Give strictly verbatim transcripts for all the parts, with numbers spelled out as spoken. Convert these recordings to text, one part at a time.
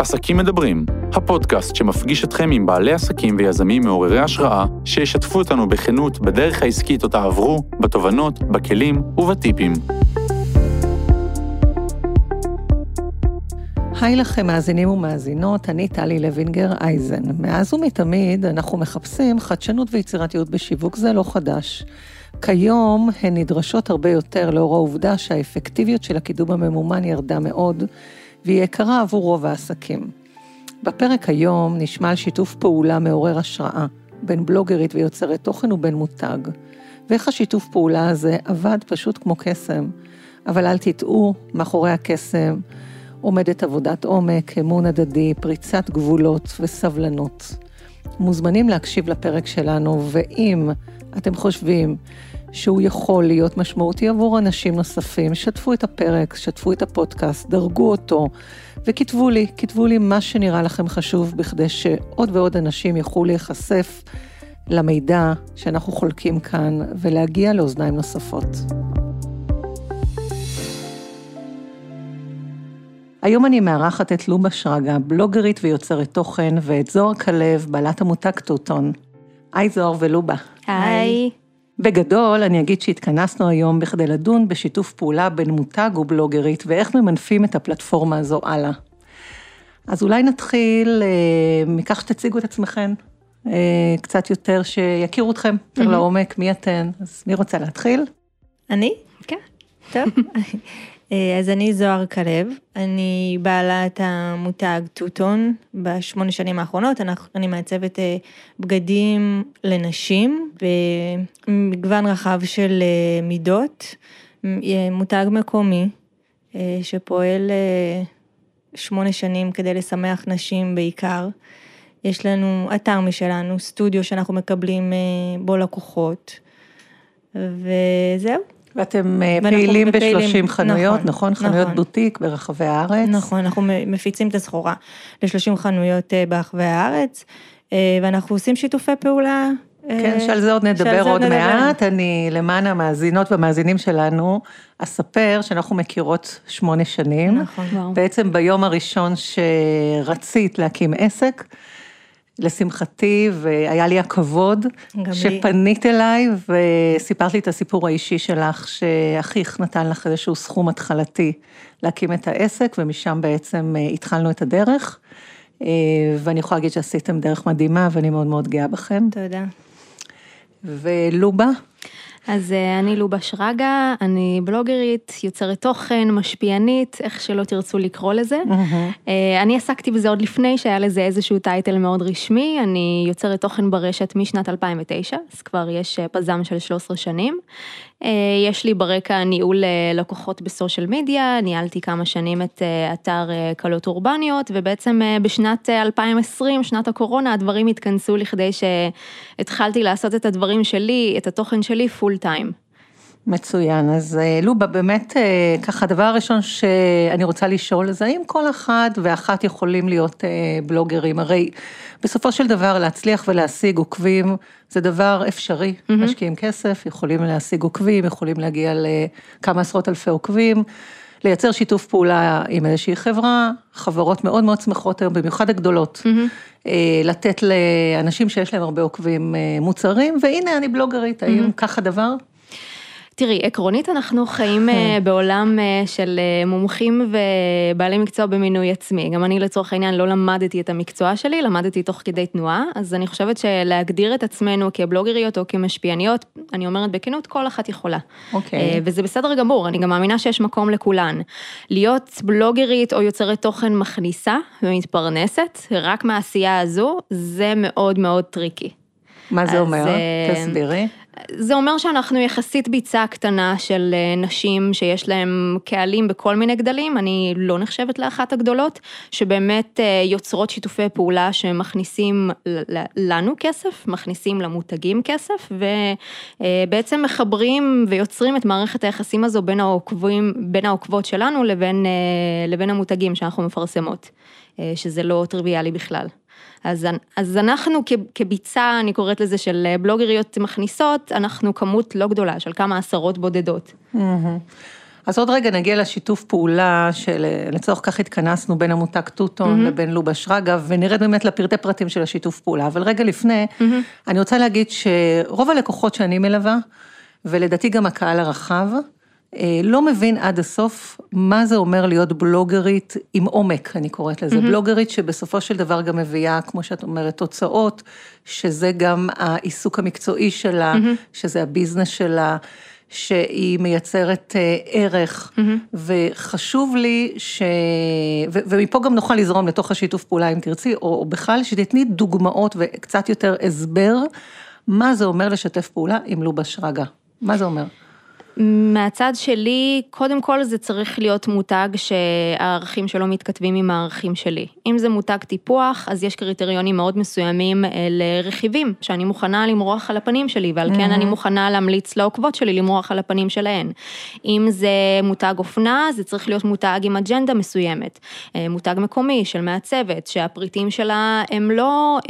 עסקים מדברים, הפודקאסט שמפגיש אתכם עם בעלי עסקים ויזמים מעוררי השראה, שישתפו אותנו בכנות בדרך העסקית אותה עברו, בתובנות, בכלים ובטיפים. היי לכם מאזינים ומאזינות, אני טלי לוינגר אייזן. מאז ומתמיד אנחנו מחפשים חדשנות ויצירתיות בשיווק, זה לא חדש. כיום הן נדרשות הרבה יותר לאור העובדה שהאפקטיביות של הקידום הממומן ירדה מאוד, והיא יקרה עבור רוב העסקים. בפרק היום נשמע על שיתוף פעולה מעורר השראה, בין בלוגרית ויוצרת תוכן ובין מותג, ואיך השיתוף פעולה הזה עבד פשוט כמו קסם, אבל אל תטעו, מאחורי הקסם עומדת עבודת עומק, אמון הדדי, פריצת גבולות וסבלנות. מוזמנים להקשיב לפרק שלנו, ואם אתם חושבים שהוא יכול להיות משמעותי עבור אנשים נוספים, שתפו את הפרק, שתפו את הפודקאסט, דרגו אותו, וכתבו לי, כתבו לי מה שנראה לכם חשוב, בכדי שעוד ועוד אנשים יוכלו להיחשף למידע שאנחנו חולקים כאן, ולהגיע לאוזניים נוספות. היום אני מארחת את לובה שרגא, בלוגרית ויוצרת תוכן, ואת זוהר כלב, בעלת המותג טוטון. היי זוהר ולובה. היי. בגדול, אני אגיד שהתכנסנו היום בכדי לדון בשיתוף פעולה בין מותג ובלוגרית, ואיך ממנפים את הפלטפורמה הזו הלאה. אז אולי נתחיל מכך שתציגו את עצמכם, קצת יותר שיכירו אתכם יותר mm-hmm. לעומק, מי אתן. אז מי רוצה להתחיל? אני? כן. טוב. אז אני זוהר כלב, אני בעלת המותג טוטון בשמונה שנים האחרונות, אני מעצבת בגדים לנשים במגוון רחב של מידות, מותג מקומי שפועל שמונה שנים כדי לשמח נשים בעיקר, יש לנו אתר משלנו, סטודיו שאנחנו מקבלים בו לקוחות, וזהו. ואתם פעילים ב-שלושים חנויות, נכון? חנויות בוטיק ברחבי הארץ. נכון, אנחנו מפיצים את הסחורה ל-שלושים חנויות ברחבי הארץ, ואנחנו עושים שיתופי פעולה. כן, שעל זה עוד נדבר עוד מעט. אני למען המאזינות והמאזינים שלנו, אספר שאנחנו מכירות שמונה שנים. נכון. בעצם ביום הראשון שרצית להקים עסק, לשמחתי, והיה לי הכבוד שפנית אליי, וסיפרת לי את הסיפור האישי שלך, שאחיך נתן לך איזשהו סכום התחלתי להקים את העסק, ומשם בעצם התחלנו את הדרך, ואני יכולה להגיד שעשיתם דרך מדהימה, ואני מאוד מאוד גאה בכם. תודה. ולובה? אז אני לובה שרגא, אני בלוגרית, יוצרת תוכן, משפיענית, איך שלא תרצו לקרוא לזה. Mm-hmm. אני עסקתי בזה עוד לפני שהיה לזה איזשהו טייטל מאוד רשמי, אני יוצרת תוכן ברשת משנת אלפיים ותשע, אז כבר יש פזם של שלוש עשרה שנים. יש לי ברקע ניהול לקוחות בסושיאל מדיה, ניהלתי כמה שנים את אתר קלות אורבניות, ובעצם בשנת אלפיים ועשרים, שנת הקורונה, הדברים התכנסו לכדי שהתחלתי לעשות את הדברים שלי, את התוכן שלי פול טיים. מצוין, אז לובה, באמת ככה הדבר הראשון שאני רוצה לשאול, זה האם כל אחד ואחת יכולים להיות בלוגרים, הרי בסופו של דבר להצליח ולהשיג עוקבים, זה דבר אפשרי, mm-hmm. משקיעים כסף, יכולים להשיג עוקבים, יכולים להגיע לכמה עשרות אלפי עוקבים, לייצר שיתוף פעולה עם איזושהי חברה, חברות מאוד מאוד שמחות היום, במיוחד הגדולות, mm-hmm. לתת לאנשים שיש להם הרבה עוקבים מוצרים, והנה אני בלוגרית, האם mm-hmm. ככה דבר? תראי, עקרונית אנחנו חיים בעולם של מומחים ובעלי מקצוע במינוי עצמי. גם אני לצורך העניין לא למדתי את המקצוע שלי, למדתי תוך כדי תנועה, אז אני חושבת שלהגדיר את עצמנו כבלוגריות או כמשפיעניות, אני אומרת בכנות, כל אחת יכולה. אוקיי. וזה בסדר גמור, אני גם מאמינה שיש מקום לכולן. להיות בלוגרית או יוצרת תוכן מכניסה ומתפרנסת, רק מהעשייה הזו, זה מאוד מאוד טריקי. מה זה אומר? תסבירי. זה אומר שאנחנו יחסית ביצה קטנה של נשים שיש להם קהלים בכל מיני גדלים, אני לא נחשבת לאחת הגדולות, שבאמת יוצרות שיתופי פעולה שמכניסים לנו כסף, מכניסים למותגים כסף, ובעצם מחברים ויוצרים את מערכת היחסים הזו בין העוקבים, בין העוקבות שלנו לבין, לבין המותגים שאנחנו מפרסמות, שזה לא טריוויאלי בכלל. אז, אז אנחנו כביצה, אני קוראת לזה של בלוגריות מכניסות, אנחנו כמות לא גדולה, של כמה עשרות בודדות. אז עוד רגע נגיע לשיתוף פעולה, שלצורך כך התכנסנו בין המותג טוטון mm-hmm. לבין לובה שרגא, ונרד באמת לפרטי פרטים של השיתוף פעולה, אבל רגע לפני, mm-hmm. אני רוצה להגיד שרוב הלקוחות שאני מלווה, ולדעתי גם הקהל הרחב, לא מבין עד הסוף מה זה אומר להיות בלוגרית עם עומק, אני קוראת לזה, mm-hmm. בלוגרית שבסופו של דבר גם מביאה, כמו שאת אומרת, תוצאות, שזה גם העיסוק המקצועי שלה, mm-hmm. שזה הביזנס שלה, שהיא מייצרת ערך, mm-hmm. וחשוב לי ש... ו... ומפה גם נוכל לזרום לתוך השיתוף פעולה, אם תרצי, או, או בכלל שתתני דוגמאות וקצת יותר הסבר, מה זה אומר לשתף פעולה עם לובה שרגא. מה זה אומר? מהצד שלי, קודם כל זה צריך להיות מותג שהערכים שלו מתכתבים עם הערכים שלי. אם זה מותג טיפוח, אז יש קריטריונים מאוד מסוימים לרכיבים, שאני מוכנה למרוח על הפנים שלי, ועל כן אני מוכנה להמליץ לעוקבות שלי למרוח על הפנים שלהן. אם זה מותג אופנה, זה צריך להיות מותג עם אג'נדה מסוימת. מותג מקומי של מעצבת, שהפריטים שלה הם לא...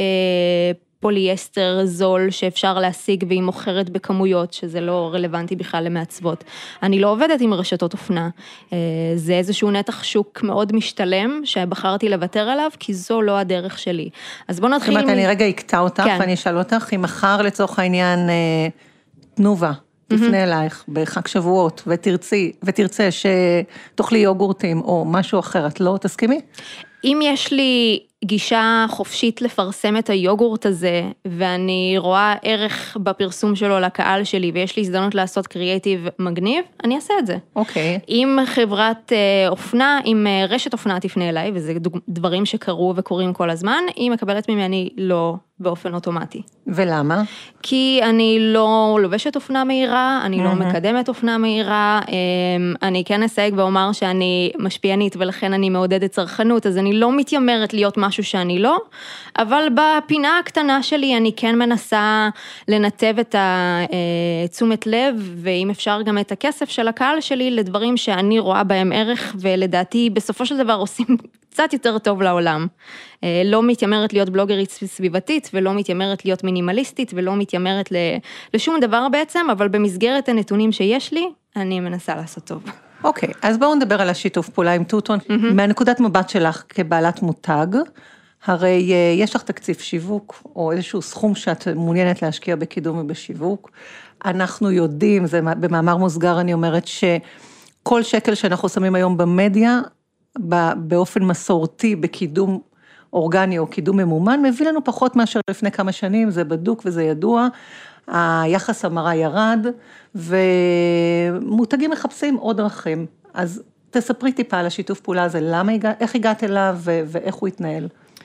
פוליאסטר זול שאפשר להשיג והיא מוכרת בכמויות, שזה לא רלוונטי בכלל למעצבות. אני לא עובדת עם רשתות אופנה. זה איזשהו נתח שוק מאוד משתלם, שבחרתי לוותר עליו, כי זו לא הדרך שלי. אז בוא נתחיל... זאת אומרת, אני רגע אקטע אותך, כן. ואני אשאל אותך, אם מחר לצורך העניין תנובה, תפנה אלייך בחג שבועות, ותרצי, ותרצה שתאכלי יוגורטים, או משהו אחר, את לא תסכימי? אם יש לי גישה חופשית לפרסם את היוגורט הזה, ואני רואה ערך בפרסום שלו לקהל שלי, ויש לי הזדמנות לעשות קריאטיב מגניב, אני אעשה את זה. אוקיי. אם חברת אופנה, אם רשת אופנה תפנה אליי, וזה דברים שקרו וקורים כל הזמן, היא מקבלת ממני לא באופן אוטומטי. ולמה? כי אני לא לובשת אופנה מהירה, אני לא מקדמת אופנה מהירה, אני כן אסייג ואומר שאני משפיענית, ולכן אני מעודדת צרכנות, אז אני לא מתיימרת להיות משהו שאני לא, אבל בפינה הקטנה שלי אני כן מנסה לנתב את תשומת לב, ואם אפשר גם את הכסף של הקהל שלי, לדברים שאני רואה בהם ערך, ולדעתי בסופו של דבר עושים קצת יותר טוב לעולם. לא מתיימרת להיות בלוגרית סביבתית, ולא מתיימרת להיות מינימליסטית, ולא מתיימרת לשום דבר בעצם, אבל במסגרת הנתונים שיש לי, אני מנסה לעשות טוב. אוקיי, אז בואו נדבר על השיתוף פעולה עם טוטון. מהנקודת מבט שלך כבעלת מותג, הרי יש לך תקציב שיווק, או איזשהו סכום שאת מעוניינת להשקיע בקידום ובשיווק. אנחנו יודעים, זה במאמר מוסגר אני אומרת, שכל שקל שאנחנו שמים היום במדיה, באופן מסורתי, בקידום אורגני או קידום ממומן, מביא לנו פחות מאשר לפני כמה שנים, זה בדוק וזה ידוע, היחס המרה ירד, ומותגים מחפשים עוד דרכים. אז תספרי טיפה על השיתוף פעולה הזה, למה, איך הגעת אליו ואיך הוא התנהל?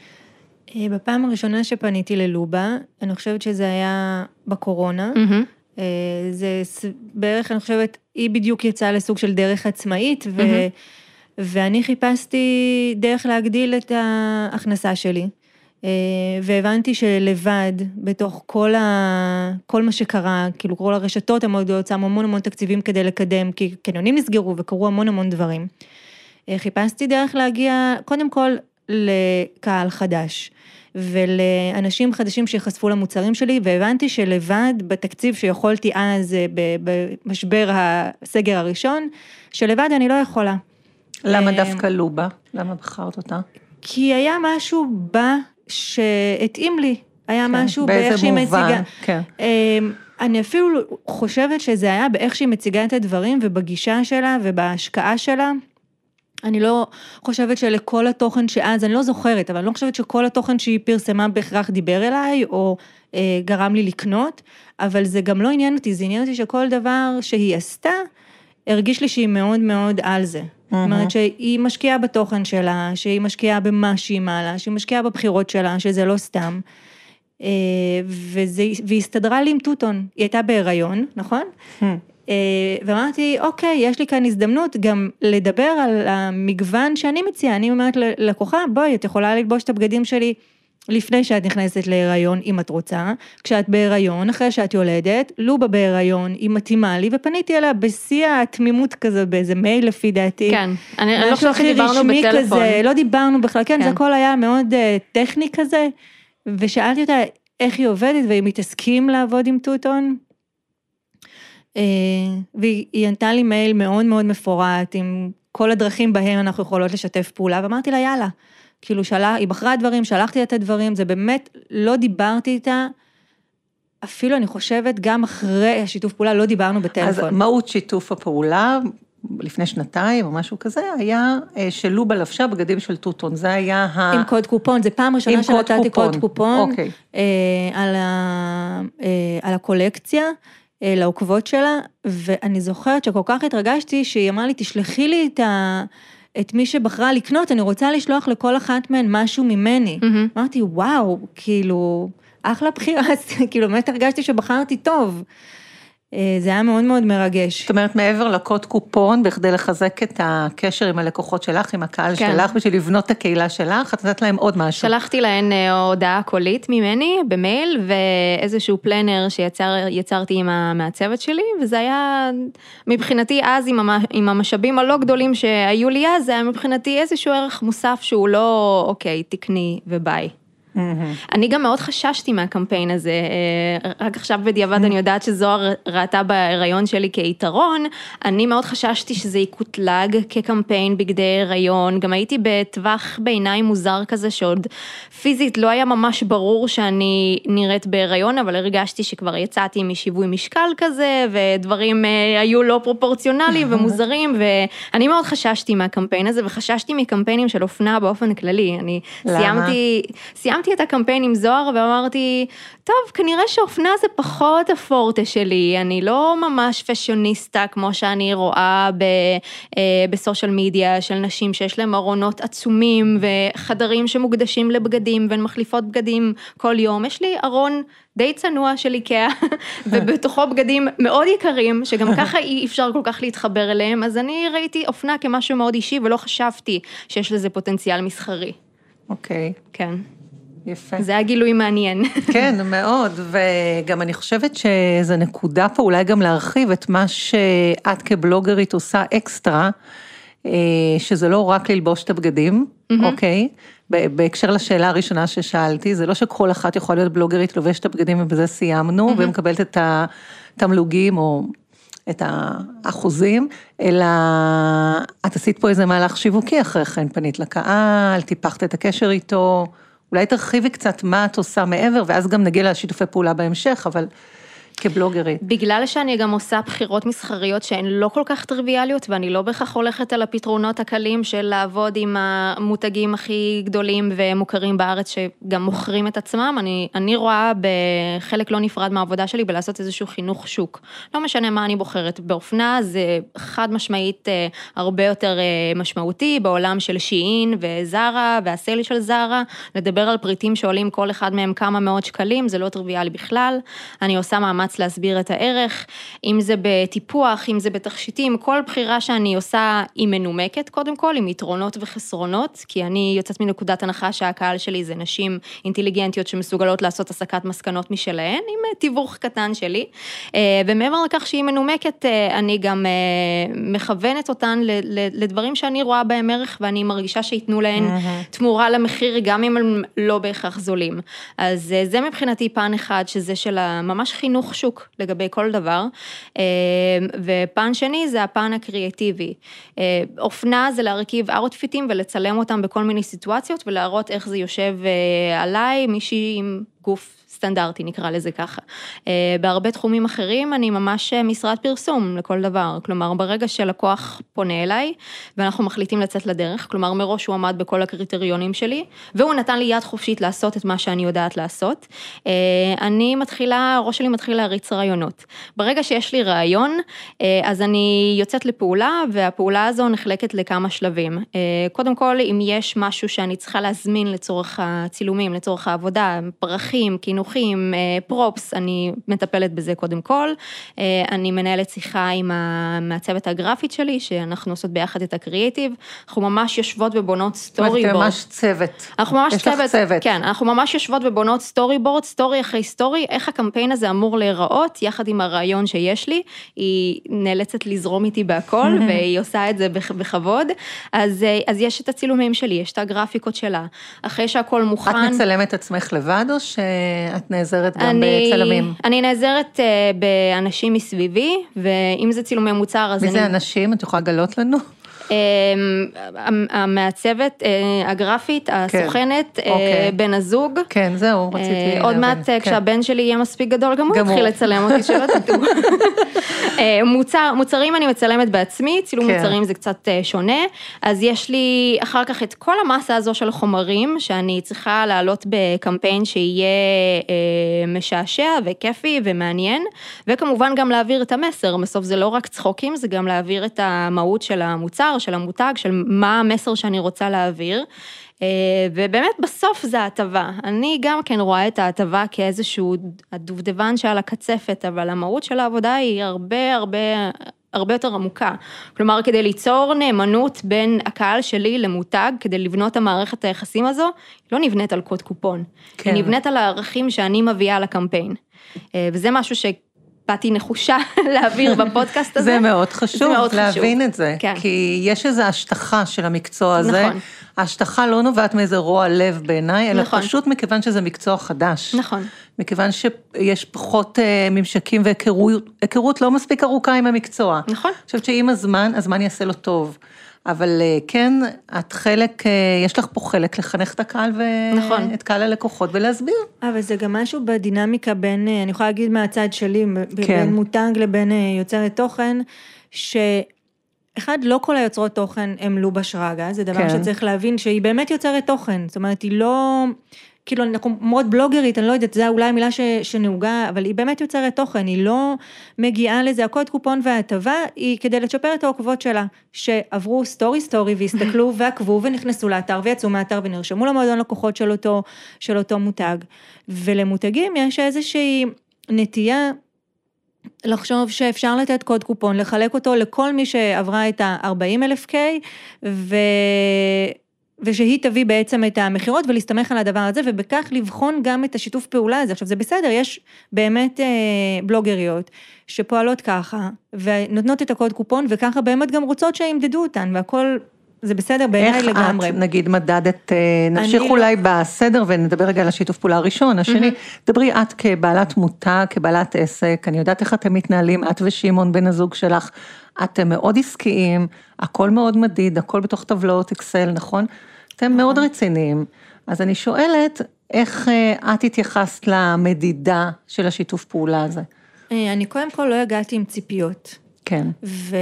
בפעם הראשונה שפניתי ללובה, אני חושבת שזה היה בקורונה, mm-hmm. זה בערך, אני חושבת, היא בדיוק יצאה לסוג של דרך עצמאית, ו... Mm-hmm. ואני חיפשתי דרך להגדיל את ההכנסה שלי, והבנתי שלבד, בתוך כל, ה... כל מה שקרה, כאילו כל הרשתות המאוד גדולות, שמו המון המון תקציבים כדי לקדם, כי קניונים נסגרו וקרו המון המון דברים. חיפשתי דרך להגיע, קודם כל, לקהל חדש, ולאנשים חדשים שיחשפו למוצרים שלי, והבנתי שלבד, בתקציב שיכולתי אז, במשבר הסגר הראשון, שלבד אני לא יכולה. למה דווקא לובה? למה בחרת אותה? כי היה משהו בה שהתאים לי, היה משהו באיך שהיא מציגה. אני אפילו חושבת שזה היה באיך שהיא מציגה את הדברים, ובגישה שלה ובהשקעה שלה. אני לא חושבת שלכל התוכן שאז, אני לא זוכרת, אבל אני לא חושבת שכל התוכן שהיא פרסמה בהכרח דיבר אליי, או גרם לי לקנות, אבל זה גם לא עניין אותי, זה עניין אותי שכל דבר שהיא עשתה, הרגיש לי שהיא מאוד מאוד על זה. זאת אומרת שהיא משקיעה בתוכן שלה, שהיא משקיעה במה שהיא מעלה, שהיא משקיעה בבחירות שלה, שזה לא סתם. והיא הסתדרה לי עם טוטון. היא הייתה בהיריון, נכון? ואמרתי, אוקיי, יש לי כאן הזדמנות גם לדבר על המגוון שאני מציעה. אני אומרת ללקוחה, בואי, את יכולה ללבוש את הבגדים שלי לפני שאת נכנסת להיריון, אם את רוצה, כשאת בהיריון, אחרי שאת יולדת, לובה בהיריון, היא מתאימה לי, ופניתי אליה בשיא התמימות כזה, באיזה מייל לפי דעתי. כן, אני לא חושבת שדיברנו בטלפון. כזה, לא דיברנו בכלל, כן, זה הכל היה מאוד טכני כזה, ושאלתי אותה איך היא עובדת, והיא מתעסקים לעבוד עם טוטון, והיא ענתה לי מייל מאוד מאוד מפורט, עם כל הדרכים בהם אנחנו יכולות לשתף פעולה, ואמרתי לה, יאללה, כאילו שאלה, היא בחרה דברים, שלחתי את הדברים, זה באמת, לא דיברתי איתה, אפילו אני חושבת, גם אחרי השיתוף פעולה, לא דיברנו בטלפון. אז מהות שיתוף הפעולה, לפני שנתיים או משהו כזה, היה שלובה לבשה בגדים של טוטון, זה היה ה... עם קוד קופון, זה פעם ראשונה שנתתי קוד קופון, אוקיי. על, ה... על הקולקציה, לעוקבות שלה, ואני זוכרת שכל כך התרגשתי, שהיא אמרה לי, תשלחי לי את, ה... את מי שבחרה לקנות, אני רוצה לשלוח לכל אחת מהן משהו ממני. Mm-hmm. אמרתי, וואו, כאילו, אחלה בחירה, כאילו, באמת הרגשתי שבחרתי טוב. זה היה מאוד מאוד מרגש. זאת אומרת, מעבר לקוד קופון, בכדי לחזק את הקשר עם הלקוחות שלך, עם הקהל כן. שלך, בשביל לבנות את הקהילה שלך, את נתת להם עוד משהו. שלחתי להן הודעה קולית ממני, במייל, ואיזשהו פלנר שיצרתי עם המעצבת שלי, וזה היה מבחינתי אז, עם המשאבים הלא גדולים שהיו לי אז, זה היה מבחינתי איזשהו ערך מוסף, שהוא לא, אוקיי, תקני וביי. אני גם מאוד חששתי מהקמפיין הזה, רק עכשיו בדיעבד אני יודעת שזוהר ראתה בהיריון שלי כיתרון, אני מאוד חששתי שזה יקוטלג כקמפיין בגדי הריון, גם הייתי בטווח בעיניים מוזר כזה שעוד פיזית לא היה ממש ברור שאני נראית בהיריון, אבל הרגשתי שכבר יצאתי משיווי משקל כזה, ודברים היו לא פרופורציונליים ומוזרים, ואני מאוד חששתי מהקמפיין הזה, וחששתי מקמפיינים של אופנה באופן כללי, אני סיימתי, סיימתי את הקמפיין עם זוהר ואמרתי, טוב, כנראה שאופנה זה פחות הפורטה שלי, אני לא ממש פשיוניסטה כמו שאני רואה בסושיאל מדיה של נשים שיש להם ארונות עצומים וחדרים שמוקדשים לבגדים והן מחליפות בגדים כל יום, יש לי ארון די צנוע של איקאה ובתוכו בגדים מאוד יקרים שגם ככה אי אפשר כל כך להתחבר אליהם, אז אני ראיתי אופנה כמשהו מאוד אישי ולא חשבתי שיש לזה פוטנציאל מסחרי. אוקיי. כן. יפה. זה היה גילוי מעניין. כן, מאוד, וגם אני חושבת שזה נקודה פה אולי גם להרחיב את מה שאת כבלוגרית עושה אקסטרה, שזה לא רק ללבוש את הבגדים, אוקיי? בהקשר לשאלה הראשונה ששאלתי, זה לא שכל אחת יכולה להיות בלוגרית, לובש את הבגדים ובזה סיימנו, ומקבלת את התמלוגים או את האחוזים, אלא את עשית פה איזה מהלך שיווקי אחרי כן, פנית לקהל, טיפחת את הקשר איתו, אולי תרחיבי קצת מה את עושה מעבר, ואז גם נגיע לשיתופי פעולה בהמשך, אבל כבלוגרית. בגלל שאני גם עושה בחירות מסחריות שהן לא כל כך טריוויאליות, ואני לא בכך הולכת על הפתרונות הקלים של לעבוד עם המותגים הכי גדולים ומוכרים בארץ שגם מוכרים את עצמם, אני, אני רואה בחלק לא נפרד מהעבודה שלי בלעשות איזשהו חינוך שוק. לא משנה מה אני בוחרת. באופנה זה חד משמעית הרבה יותר משמעותי, בעולם של שיין וזרה והסלי של זרה, לדבר על פריטים שעולים כל אחד מהם כמה מאות שקלים, זה לא טריוויאלי בכלל. אני עושה מאמץ להסביר את הערך, אם זה בטיפוח, אם זה בתכשיטים, כל בחירה שאני עושה היא מנומקת, קודם כל, עם יתרונות וחסרונות, כי אני יוצאת מנקודת הנחה שהקהל שלי זה נשים אינטליגנטיות שמסוגלות לעשות הסקת מסקנות משלהן, עם תיווך קטן שלי, ומעבר לכך שהיא מנומקת, אני גם מכוונת אותן לדברים שאני רואה בהם ערך, ואני מרגישה שיתנו להן תמורה למחיר, גם אם הם לא בהכרח זולים. אז זה מבחינתי פן אחד, שזה של ממש חינוך שוק לגבי כל דבר, ופן שני זה הפן הקריאטיבי. אופנה זה להרכיב אאוטפיטים ולצלם אותם בכל מיני סיטואציות, ולהראות איך זה יושב עליי, מישהי עם גוף סטנדרטי, נקרא לזה ככה. בהרבה תחומים אחרים, אני ממש משרד פרסום לכל דבר, כלומר, ברגע שלקוח פונה אליי, ואנחנו מחליטים לצאת לדרך, כלומר, מראש הוא עמד בכל הקריטריונים שלי, והוא נתן לי יד חופשית לעשות את מה שאני יודעת לעשות, אני מתחילה, הראש שלי מתחיל להריץ רעיונות. ברגע שיש לי רעיון, אז אני יוצאת לפעולה, והפעולה הזו נחלקת לכמה שלבים. קודם כל, אם יש משהו שאני צריכה להזמין לצורך הצילומים, לצורך העבודה, פרחים, חינוכים, פרופס, אני מטפלת בזה קודם כל, אני מנהלת שיחה עם המעצבת הגרפית שלי, שאנחנו עושות ביחד את הקריאטיב, אנחנו ממש יושבות ובונות סטורי בורד. ממש צוות. אנחנו ממש צוות, צוות, כן, אנחנו ממש יושבות ובונות סטורי בורד, סטורי אחרי סטורי, איך הקמפיין הזה אמור להיראות, יחד עם הרעיון שיש לי, היא נאלצת לזרום איתי בהכל, והיא עושה את זה בכבוד, אז, אז יש את הצילומים שלי, יש את הגרפיקות שלה, אחרי שהכל מוכן. את מצלמת עצמך לבד או ש... שאת נעזרת גם אני, בצלמים? אני נעזרת באנשים מסביבי, ואם זה צילומי מוצר, אז מי אני... מי זה אנשים? את יכולה לגלות לנו? המעצבת, הגרפית, הסוכנת, בן הזוג. כן, זהו, רציתי להבין. עוד מעט כשהבן שלי יהיה מספיק גדול, גם הוא יתחיל לצלם אותי שלא תדעו. מוצרים אני מצלמת בעצמי, צילום מוצרים זה קצת שונה, אז יש לי אחר כך את כל המסה הזו של חומרים, שאני צריכה לעלות בקמפיין שיהיה משעשע וכיפי ומעניין, וכמובן גם להעביר את המסר, בסוף זה לא רק צחוקים, זה גם להעביר את המהות של המוצר, של המותג, של מה המסר שאני רוצה להעביר, ובאמת בסוף זה ההטבה. אני גם כן רואה את ההטבה כאיזשהו הדובדבן שעל הקצפת, אבל המהות של העבודה היא הרבה הרבה הרבה יותר עמוקה. כלומר, כדי ליצור נאמנות בין הקהל שלי למותג, כדי לבנות המערכת היחסים הזו, היא לא נבנית על קוד קופון. כן. היא נבנית על הערכים שאני מביאה לקמפיין. וזה משהו ש... באתי נחושה להעביר בפודקאסט הזה. זה מאוד חשוב, מאוד להבין חשוב. את זה, כן. כי יש איזו השטחה של המקצוע הזה, נכון. ההשטחה לא נובעת מאיזה רוע לב בעיניי, אלא נכון. פשוט מכיוון שזה מקצוע חדש. נכון. מכיוון שיש פחות uh, ממשקים והיכרות, היכרות לא מספיק ארוכה עם המקצוע. נכון. אני חושבת שעם הזמן, הזמן יעשה לו טוב. אבל כן, את חלק, יש לך פה חלק לחנך את הקהל ואת נכון. קהל הלקוחות ולהסביר. אבל זה גם משהו בדינמיקה בין, אני יכולה להגיד מהצד שלי, כן. בין מותג לבין יוצרת תוכן, שאחד, לא כל היוצרות תוכן הם לובה שרגא, זה דבר כן. שצריך להבין שהיא באמת יוצרת תוכן, זאת אומרת, היא לא... כאילו, אנחנו מאוד בלוגרית, אני לא יודעת, זה אולי המילה ש, שנהוגה, אבל היא באמת יוצרת תוכן, היא לא מגיעה לזה, הקוד קופון וההטבה, היא כדי לצ'פר את העוקבות שלה, שעברו סטורי סטורי, והסתכלו ועקבו, ונכנסו לאתר, ויצאו מהאתר, ונרשמו למועדון לקוחות של אותו, של אותו מותג. ולמותגים יש איזושהי נטייה, לחשוב שאפשר לתת קוד קופון, לחלק אותו לכל מי שעברה את ה-ארבעים אלף קיי, ו... ושהיא תביא בעצם את המחירות ולהסתמך על הדבר הזה, ובכך לבחון גם את השיתוף פעולה הזה. עכשיו זה בסדר, יש באמת אה, בלוגריות שפועלות ככה, ונותנות את הקוד קופון, וככה באמת גם רוצות שימדדו אותן, והכל זה בסדר בעיניי לגמרי. איך את נגיד מדדת, נמשיך אולי לא... בסדר, ונדבר רגע על השיתוף פעולה הראשון, השני, mm-hmm. דברי את כבעלת מותג, כבעלת עסק, אני יודעת איך אתם מתנהלים, את ושימון בן הזוג שלך, אתם מאוד עסקיים, הכל מאוד מדיד, הכל בתוך טבלאות אקסל, נכון? אתם מאוד רציניים. אז אני שואלת, איך את התייחסת למדידה של השיתוף פעולה הזה? אני קודם כל לא הגעתי עם ציפיות. כן. ו...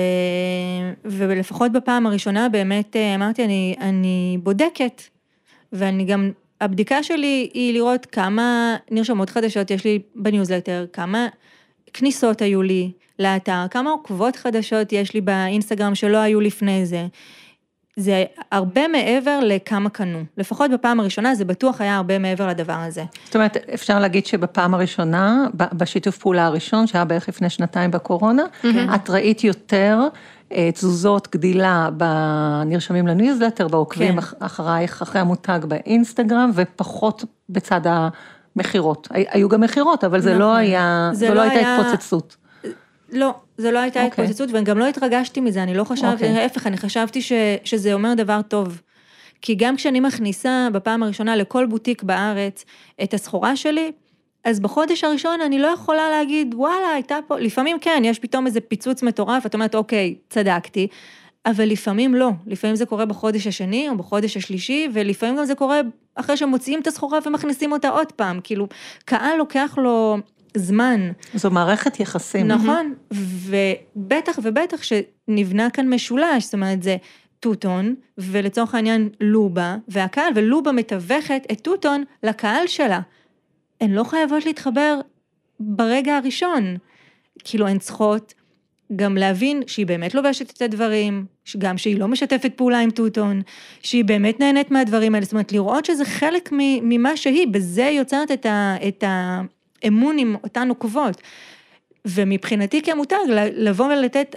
ולפחות בפעם הראשונה באמת אמרתי, אני, אני בודקת, ואני גם, הבדיקה שלי היא לראות כמה נרשמות חדשות יש לי בניוזלטר, כמה כניסות היו לי לאתר, כמה עוקבות חדשות יש לי באינסטגרם שלא היו לפני זה. זה הרבה מעבר לכמה קנו. לפחות בפעם הראשונה זה בטוח היה הרבה מעבר לדבר הזה. זאת אומרת, אפשר להגיד שבפעם הראשונה, בשיתוף פעולה הראשון, שהיה בערך לפני שנתיים בקורונה, את ראית יותר תזוזות גדילה בנרשמים לניוזלטר, בעוקבים אחרייך, אחרי המותג באינסטגרם, ופחות בצד המחירות. היו גם מחירות, אבל זה לא היה, זו לא הייתה התפוצצות. לא, זה לא הייתה okay. התפוצצות, וגם לא התרגשתי מזה, אני לא חשבתי, okay. ההפך, אני חשבתי ש, שזה אומר דבר טוב. כי גם כשאני מכניסה בפעם הראשונה לכל בוטיק בארץ את הסחורה שלי, אז בחודש הראשון אני לא יכולה להגיד, וואלה, הייתה פה, לפעמים כן, יש פתאום איזה פיצוץ מטורף, את אומרת, אוקיי, צדקתי, אבל לפעמים לא, לפעמים זה קורה בחודש השני או בחודש השלישי, ולפעמים גם זה קורה אחרי שמוציאים את הסחורה ומכניסים אותה עוד פעם, כאילו, קהל לוקח לו... זמן. זו מערכת יחסים. נכון, ובטח ובטח שנבנה כאן משולש, זאת אומרת זה טוטון, ולצורך העניין לובה, והקהל, ולובה מתווכת את טוטון לקהל שלה. הן לא חייבות להתחבר ברגע הראשון, כאילו הן צריכות גם להבין שהיא באמת לובשת את הדברים, גם שהיא לא משתפת פעולה עם טוטון, שהיא באמת נהנית מהדברים האלה, זאת אומרת לראות שזה חלק ממה שהיא, בזה יוצרת את ה... את ה אמון עם אותן עוקבות, ומבחינתי כמותג, לבוא ולתת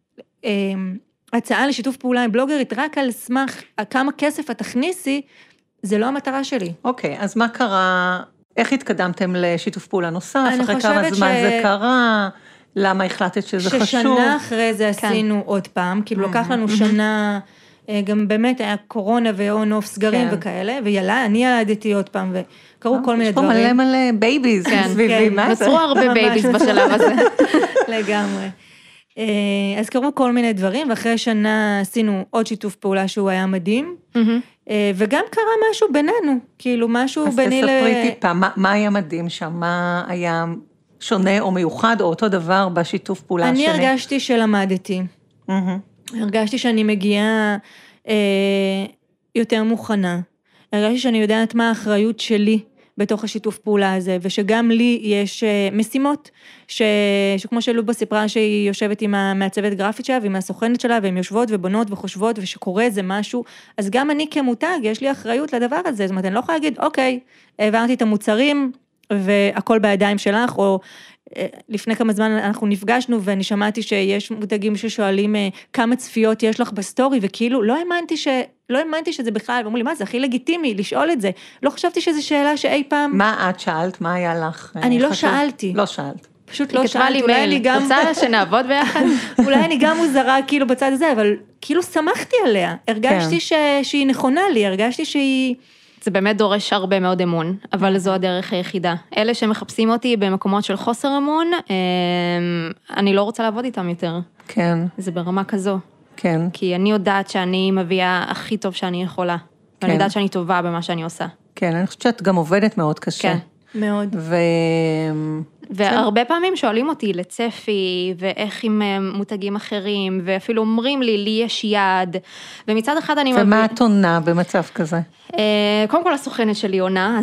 הצעה לשיתוף פעולה עם בלוגרית, רק על סמך כמה כסף את תכניסי, זה לא המטרה שלי. אוקיי, אז מה קרה, איך התקדמתם לשיתוף פעולה נוסף, אחרי כמה זמן זה קרה, למה החלטת שזה חשוב? ששנה אחרי זה עשינו עוד פעם, כאילו לקח לנו שנה גם באמת היה קורונה ואון אוף סגרים וכאלה, ויאללה, אני ילדתי עוד פעם, וקראו כל מיני דברים. יש פה מלא מלא בייביז סביבי, מה זה? נוצרו הרבה בייביז בשלב הזה. לגמרי. אז קראו כל מיני דברים, ואחרי שנה עשינו עוד שיתוף פעולה שהוא היה מדהים, וגם קרה משהו בינינו, כאילו משהו ביני ל... אז תספרי טיפה, מה היה מדהים שם? מה היה שונה או מיוחד, או אותו דבר בשיתוף פעולה השני? אני הרגשתי שלמדתי. הרגשתי שאני מגיעה יותר מוכנה. הרגשתי שאני יודעת מה האחריות שלי בתוך השיתוף פעולה הזה, ושגם לי יש משימות, ש... שכמו שלובה סיפרה שהיא יושבת עם המעצבת גרפית שלה, ועם הסוכנת שלה, והן יושבות ובונות וחושבות, ושקורה איזה משהו, אז גם אני כמותג, יש לי אחריות לדבר הזה, זאת אומרת, אני לא יכולה להגיד, אוקיי, העברתי את המוצרים, והכל בידיים שלך, או לפני כמה זמן אנחנו נפגשנו, ואני שמעתי שיש מותגים ששואלים כמה צפיות יש לך בסטורי, וכאילו לא האמנתי ש... לא האמנתי שזה בכלל, ואמרו לי, מה, זה הכי לגיטימי לשאול את זה. לא חשבתי שזו שאלה שאי פעם... מה את שאלת? מה היה לך? אני לא שאלתי. לא שאלת. פשוט לא שאלתי, אולי אני גם... רוצה שנעבוד ביחד? אולי אני גם מוזרה כאילו בצד הזה, אבל כאילו שמחתי עליה. הרגשתי שהיא נכונה לי, הרגשתי שהיא... זה באמת דורש הרבה מאוד אמון, אבל זו הדרך היחידה. אלה שמחפשים אותי במקומות של חוסר אמון, אני לא רוצה לעבוד איתם יותר. כן. זה ברמה כזו. כן. כי אני יודעת שאני מביאה הכי טוב שאני יכולה. ואני יודעת שאני טובה במה שאני עושה. כן, אני חושבת שאת גם עובדת מאוד קשה. כן. מאוד. ו... והרבה פעמים שואלים אותי לצפי, ואיך עם מותגים אחרים, ואפילו אומרים לי, לי יש יד, ומצד אחד אני... ומה את עונה במצב כזה? קודם כל הסוכנת שלי עונה,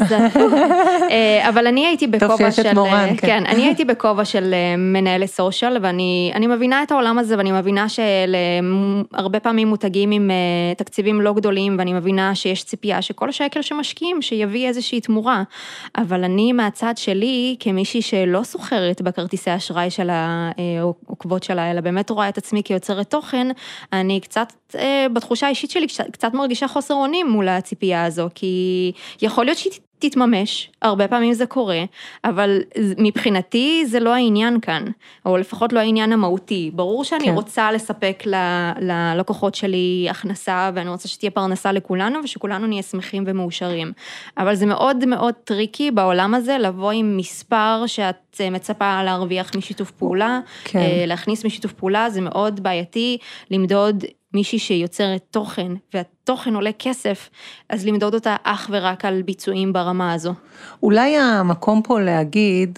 אבל אני הייתי בכובע של... כן, אני הייתי בכובע של מנהלת סושיאל, ואני מבינה את העולם הזה, ואני מבינה שהרבה פעמים מותגים עם תקציבים לא גדולים, ואני מבינה שיש ציפייה שכל שקל שמשקיעים, שיביא איזושהי תמורה, אבל אני מהצד שלי, כמישהי שלא סוחרת בכרטיסי אשראי של העוקבות שלה, אלא באמת רואה את עצמי כיוצרת תוכן, אני קצת, בתחושה האישית שלי, קצת מרגישה חוסר אונים מול הציפייה הזו, כי יכול להיות שהיא תתממש, הרבה פעמים זה קורה, אבל מבחינתי זה לא העניין כאן, או לפחות לא העניין המהותי. ברור שאני כן. רוצה לספק ל- ללקוחות שלי הכנסה, ואני רוצה שתהיה פרנסה לכולנו, ושכולנו נהיה שמחים ומאושרים. אבל זה מאוד מאוד טריקי בעולם הזה, לבוא עם מספר שאת מצפה להרוויח משיתוף פעולה, כן. להכניס משיתוף פעולה, זה מאוד בעייתי, למדוד מישהי שיוצרת תוכן, והתוכן עולה כסף, אז למדוד אותה אך ורק על ביצועים ברמה הזו. אולי המקום פה להגיד,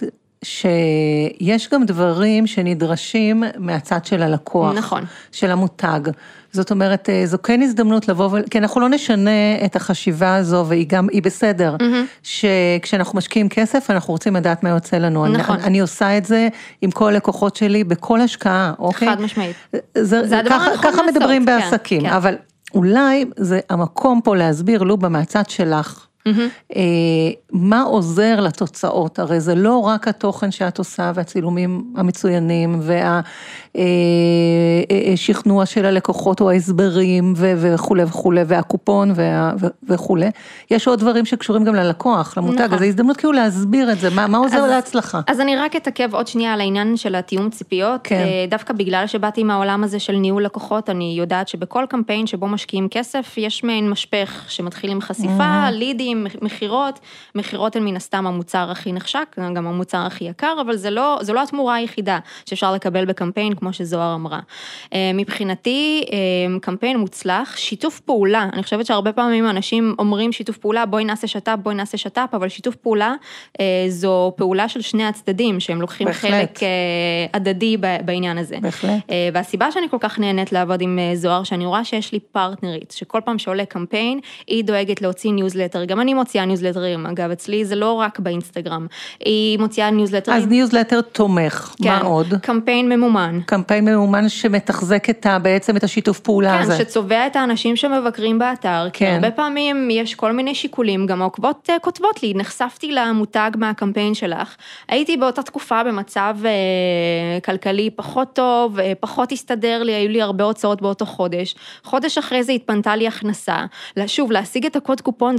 שיש גם דברים שנדרשים מהצד של הלקוח, נכון. של המותג. זאת אומרת, זו כן הזדמנות לבוא, כי אנחנו לא נשנה את החשיבה הזו, והיא גם, היא בסדר, mm-hmm. שכשאנחנו משקיעים כסף, אנחנו רוצים לדעת מה יוצא לנו. נכון. אני, אני עושה את זה עם כל לקוחות שלי, בכל השקעה, אוקיי? חד משמעית. זה, זה הדבר ככה, הנכון ככה לעשות. מדברים בעסקים, כן, כן. אבל אולי זה המקום פה להסביר, לובה, מהצד שלך, Mm-hmm. מה עוזר לתוצאות? הרי זה לא רק התוכן שאת עושה והצילומים המצוינים והשכנוע של הלקוחות או ההסברים וכו' וכו' והקופון וכו'. יש עוד דברים שקשורים גם ללקוח, למותג, נכון. אז ההזדמנות כאילו להסביר את זה, מה, מה עוזר אז, להצלחה? אז אני רק אתעכב עוד שנייה על העניין של התיאום ציפיות, כן. דווקא בגלל שבאתי מהעולם הזה של ניהול לקוחות, אני יודעת שבכל קמפיין שבו משקיעים כסף, יש מעין משפך שמתחיל עם חשיפה, mm-hmm. לידים, מחירות, מחירות הן מן הסתם המוצר הכי נחשק, גם המוצר הכי יקר, אבל זה לא, זה לא התמורה היחידה שאפשר לקבל בקמפיין, כמו שזוהר אמרה. מבחינתי, קמפיין מוצלח, שיתוף פעולה, אני חושבת שהרבה פעמים אנשים אומרים שיתוף פעולה, בואי נעשה שטאפ, בואי נעשה שטאפ, אבל שיתוף פעולה זו פעולה של שני הצדדים, שהם לוקחים בהחלט. חלק הדדי בעניין הזה. בהחלט. והסיבה שאני כל כך נהנית לעבוד עם זוהר, שאני רואה שיש לי פרטנרית, שכל פעם שעולה קמפיין, היא דואגת להוציא ניוזלטר, גם אני מוציאה ניוזלטרים, אגב, אצלי זה לא רק באינסטגרם, היא מוציאה ניוזלטרים. אז ניוזלטר תומך, כן, מה עוד? קמפיין ממומן. קמפיין ממומן שמתחזק את ה, בעצם את השיתוף פעולה כן, הזה. כן, שצובע את האנשים שמבקרים באתר, כן. הרבה פעמים יש כל מיני שיקולים, גם העוקבות כותבות לי, נחשפתי למותג מהקמפיין שלך, הייתי באותה תקופה במצב אה, כלכלי פחות טוב, אה, פחות הסתדר לי, היו לי הרבה הוצאות באותו חודש, חודש אחרי זה התפנתה לי הכנסה, שוב, להשיג את הקוד קופון זה לא בעיה,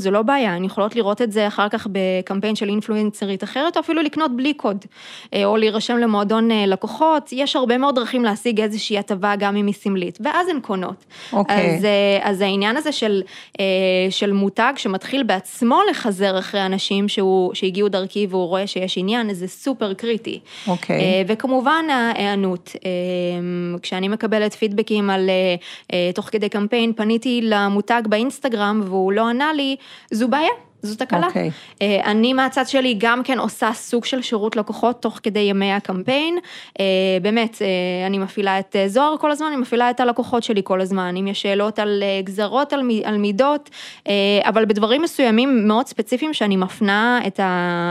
בעיה, הן יכולות לראות את זה אחר כך בקמפיין של אינפלואנסרית אחרת, או אפילו לקנות בלי קוד, או להירשם למועדון לקוחות, יש הרבה מאוד דרכים להשיג איזושהי הטבה גם אם היא סמלית, ואז הן קונות. אוקיי. אז, אז העניין הזה של, של מותג שמתחיל בעצמו לחזר אחרי אנשים שהוא, שהגיעו דרכי והוא רואה שיש עניין, זה סופר קריטי. אוקיי. וכמובן ההיענות, כשאני מקבלת פידבקים על תוך כדי קמפיין, פניתי למותג באינסטגרם והוא לא ענה לי, זו בעיה. זאת הקלה. Okay. אני מהצד שלי גם כן עושה סוג של שירות לקוחות תוך כדי ימי הקמפיין, באמת אני מפעילה את זוהר כל הזמן, אני מפעילה את הלקוחות שלי כל הזמן, אם יש שאלות על גזרות, על מידות, אבל בדברים מסוימים מאוד ספציפיים שאני מפנה את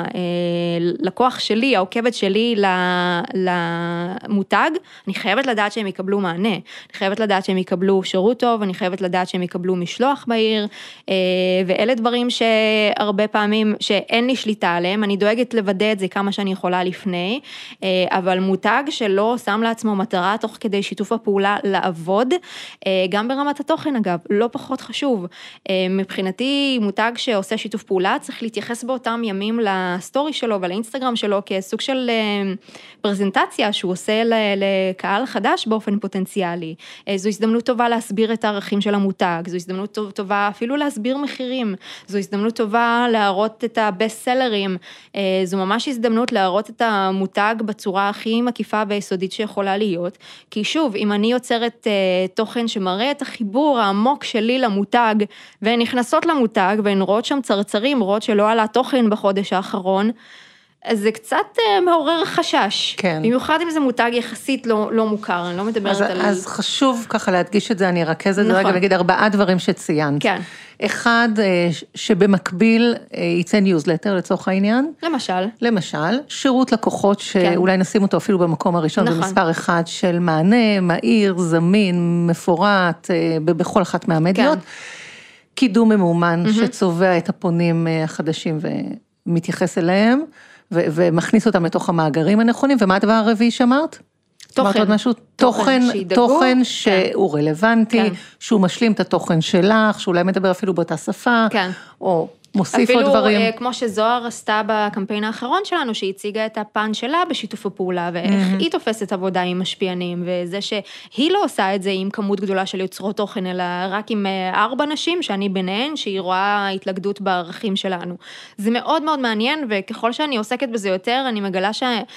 הלקוח שלי, העוקבת שלי למותג, אני חייבת לדעת שהם יקבלו מענה, אני חייבת לדעת שהם יקבלו שירות טוב, אני חייבת לדעת שהם יקבלו משלוח בעיר, ואלה דברים ש... הרבה פעמים שאין לי שליטה עליהם, אני דואגת לוודא את זה כמה שאני יכולה לפני, אבל מותג שלא שם לעצמו מטרה תוך כדי שיתוף הפעולה לעבוד, גם ברמת התוכן אגב, לא פחות חשוב. מבחינתי מותג שעושה שיתוף פעולה, צריך להתייחס באותם ימים לסטורי שלו ולאינסטגרם שלו, כסוג של פרזנטציה שהוא עושה לקהל חדש באופן פוטנציאלי. זו הזדמנות טובה להסביר את הערכים של המותג, זו הזדמנות טובה אפילו להסביר מחירים, זו הזדמנות טובה להראות את הבסט סלרים, זו ממש הזדמנות להראות את המותג בצורה הכי מקיפה ויסודית שיכולה להיות, כי שוב, אם אני יוצרת תוכן שמראה את החיבור העמוק שלי למותג, והן נכנסות למותג, והן רואות שם צרצרים, רואות שלא עלה תוכן בחודש האחרון, אז זה קצת מעורר חשש. כן. במיוחד אם זה מותג יחסית לא, לא מוכר, אני לא מדברת אז, על... אז חשוב ככה להדגיש את זה, אני ארכז את זה נכון. רגע, להגיד ארבעה דברים שציינת. כן. אחד, שבמקביל יצא ניוזלטר לצורך העניין. למשל. למשל, שירות לקוחות שאולי כן. נשים אותו אפילו במקום הראשון, נכון. במספר אחד של מענה, מהיר, זמין, מפורט, בכל אחת מהמדיות. כן. קידום ממומן mm-hmm. שצובע את הפונים החדשים ומתייחס אליהם, ו- ומכניס אותם לתוך המאגרים הנכונים, ומה הדבר הרביעי שאמרת? תוכן. אמרת עוד משהו? תוכן, תוכן שהוא כן. רלוונטי, כן. שהוא משלים את התוכן שלך, שאולי מדבר אפילו באותה שפה, כן. או מוסיף עוד דברים. אפילו כמו שזוהר עשתה בקמפיין האחרון שלנו, שהיא הציגה את הפן שלה בשיתוף הפעולה, ואיך mm-hmm. היא תופסת עבודה עם משפיענים, וזה שהיא לא עושה את זה עם כמות גדולה של יוצרות תוכן, אלא רק עם ארבע נשים, שאני ביניהן, שהיא רואה התלכדות בערכים שלנו. זה מאוד מאוד מעניין, וככל שאני עוסקת בזה יותר, אני מגלה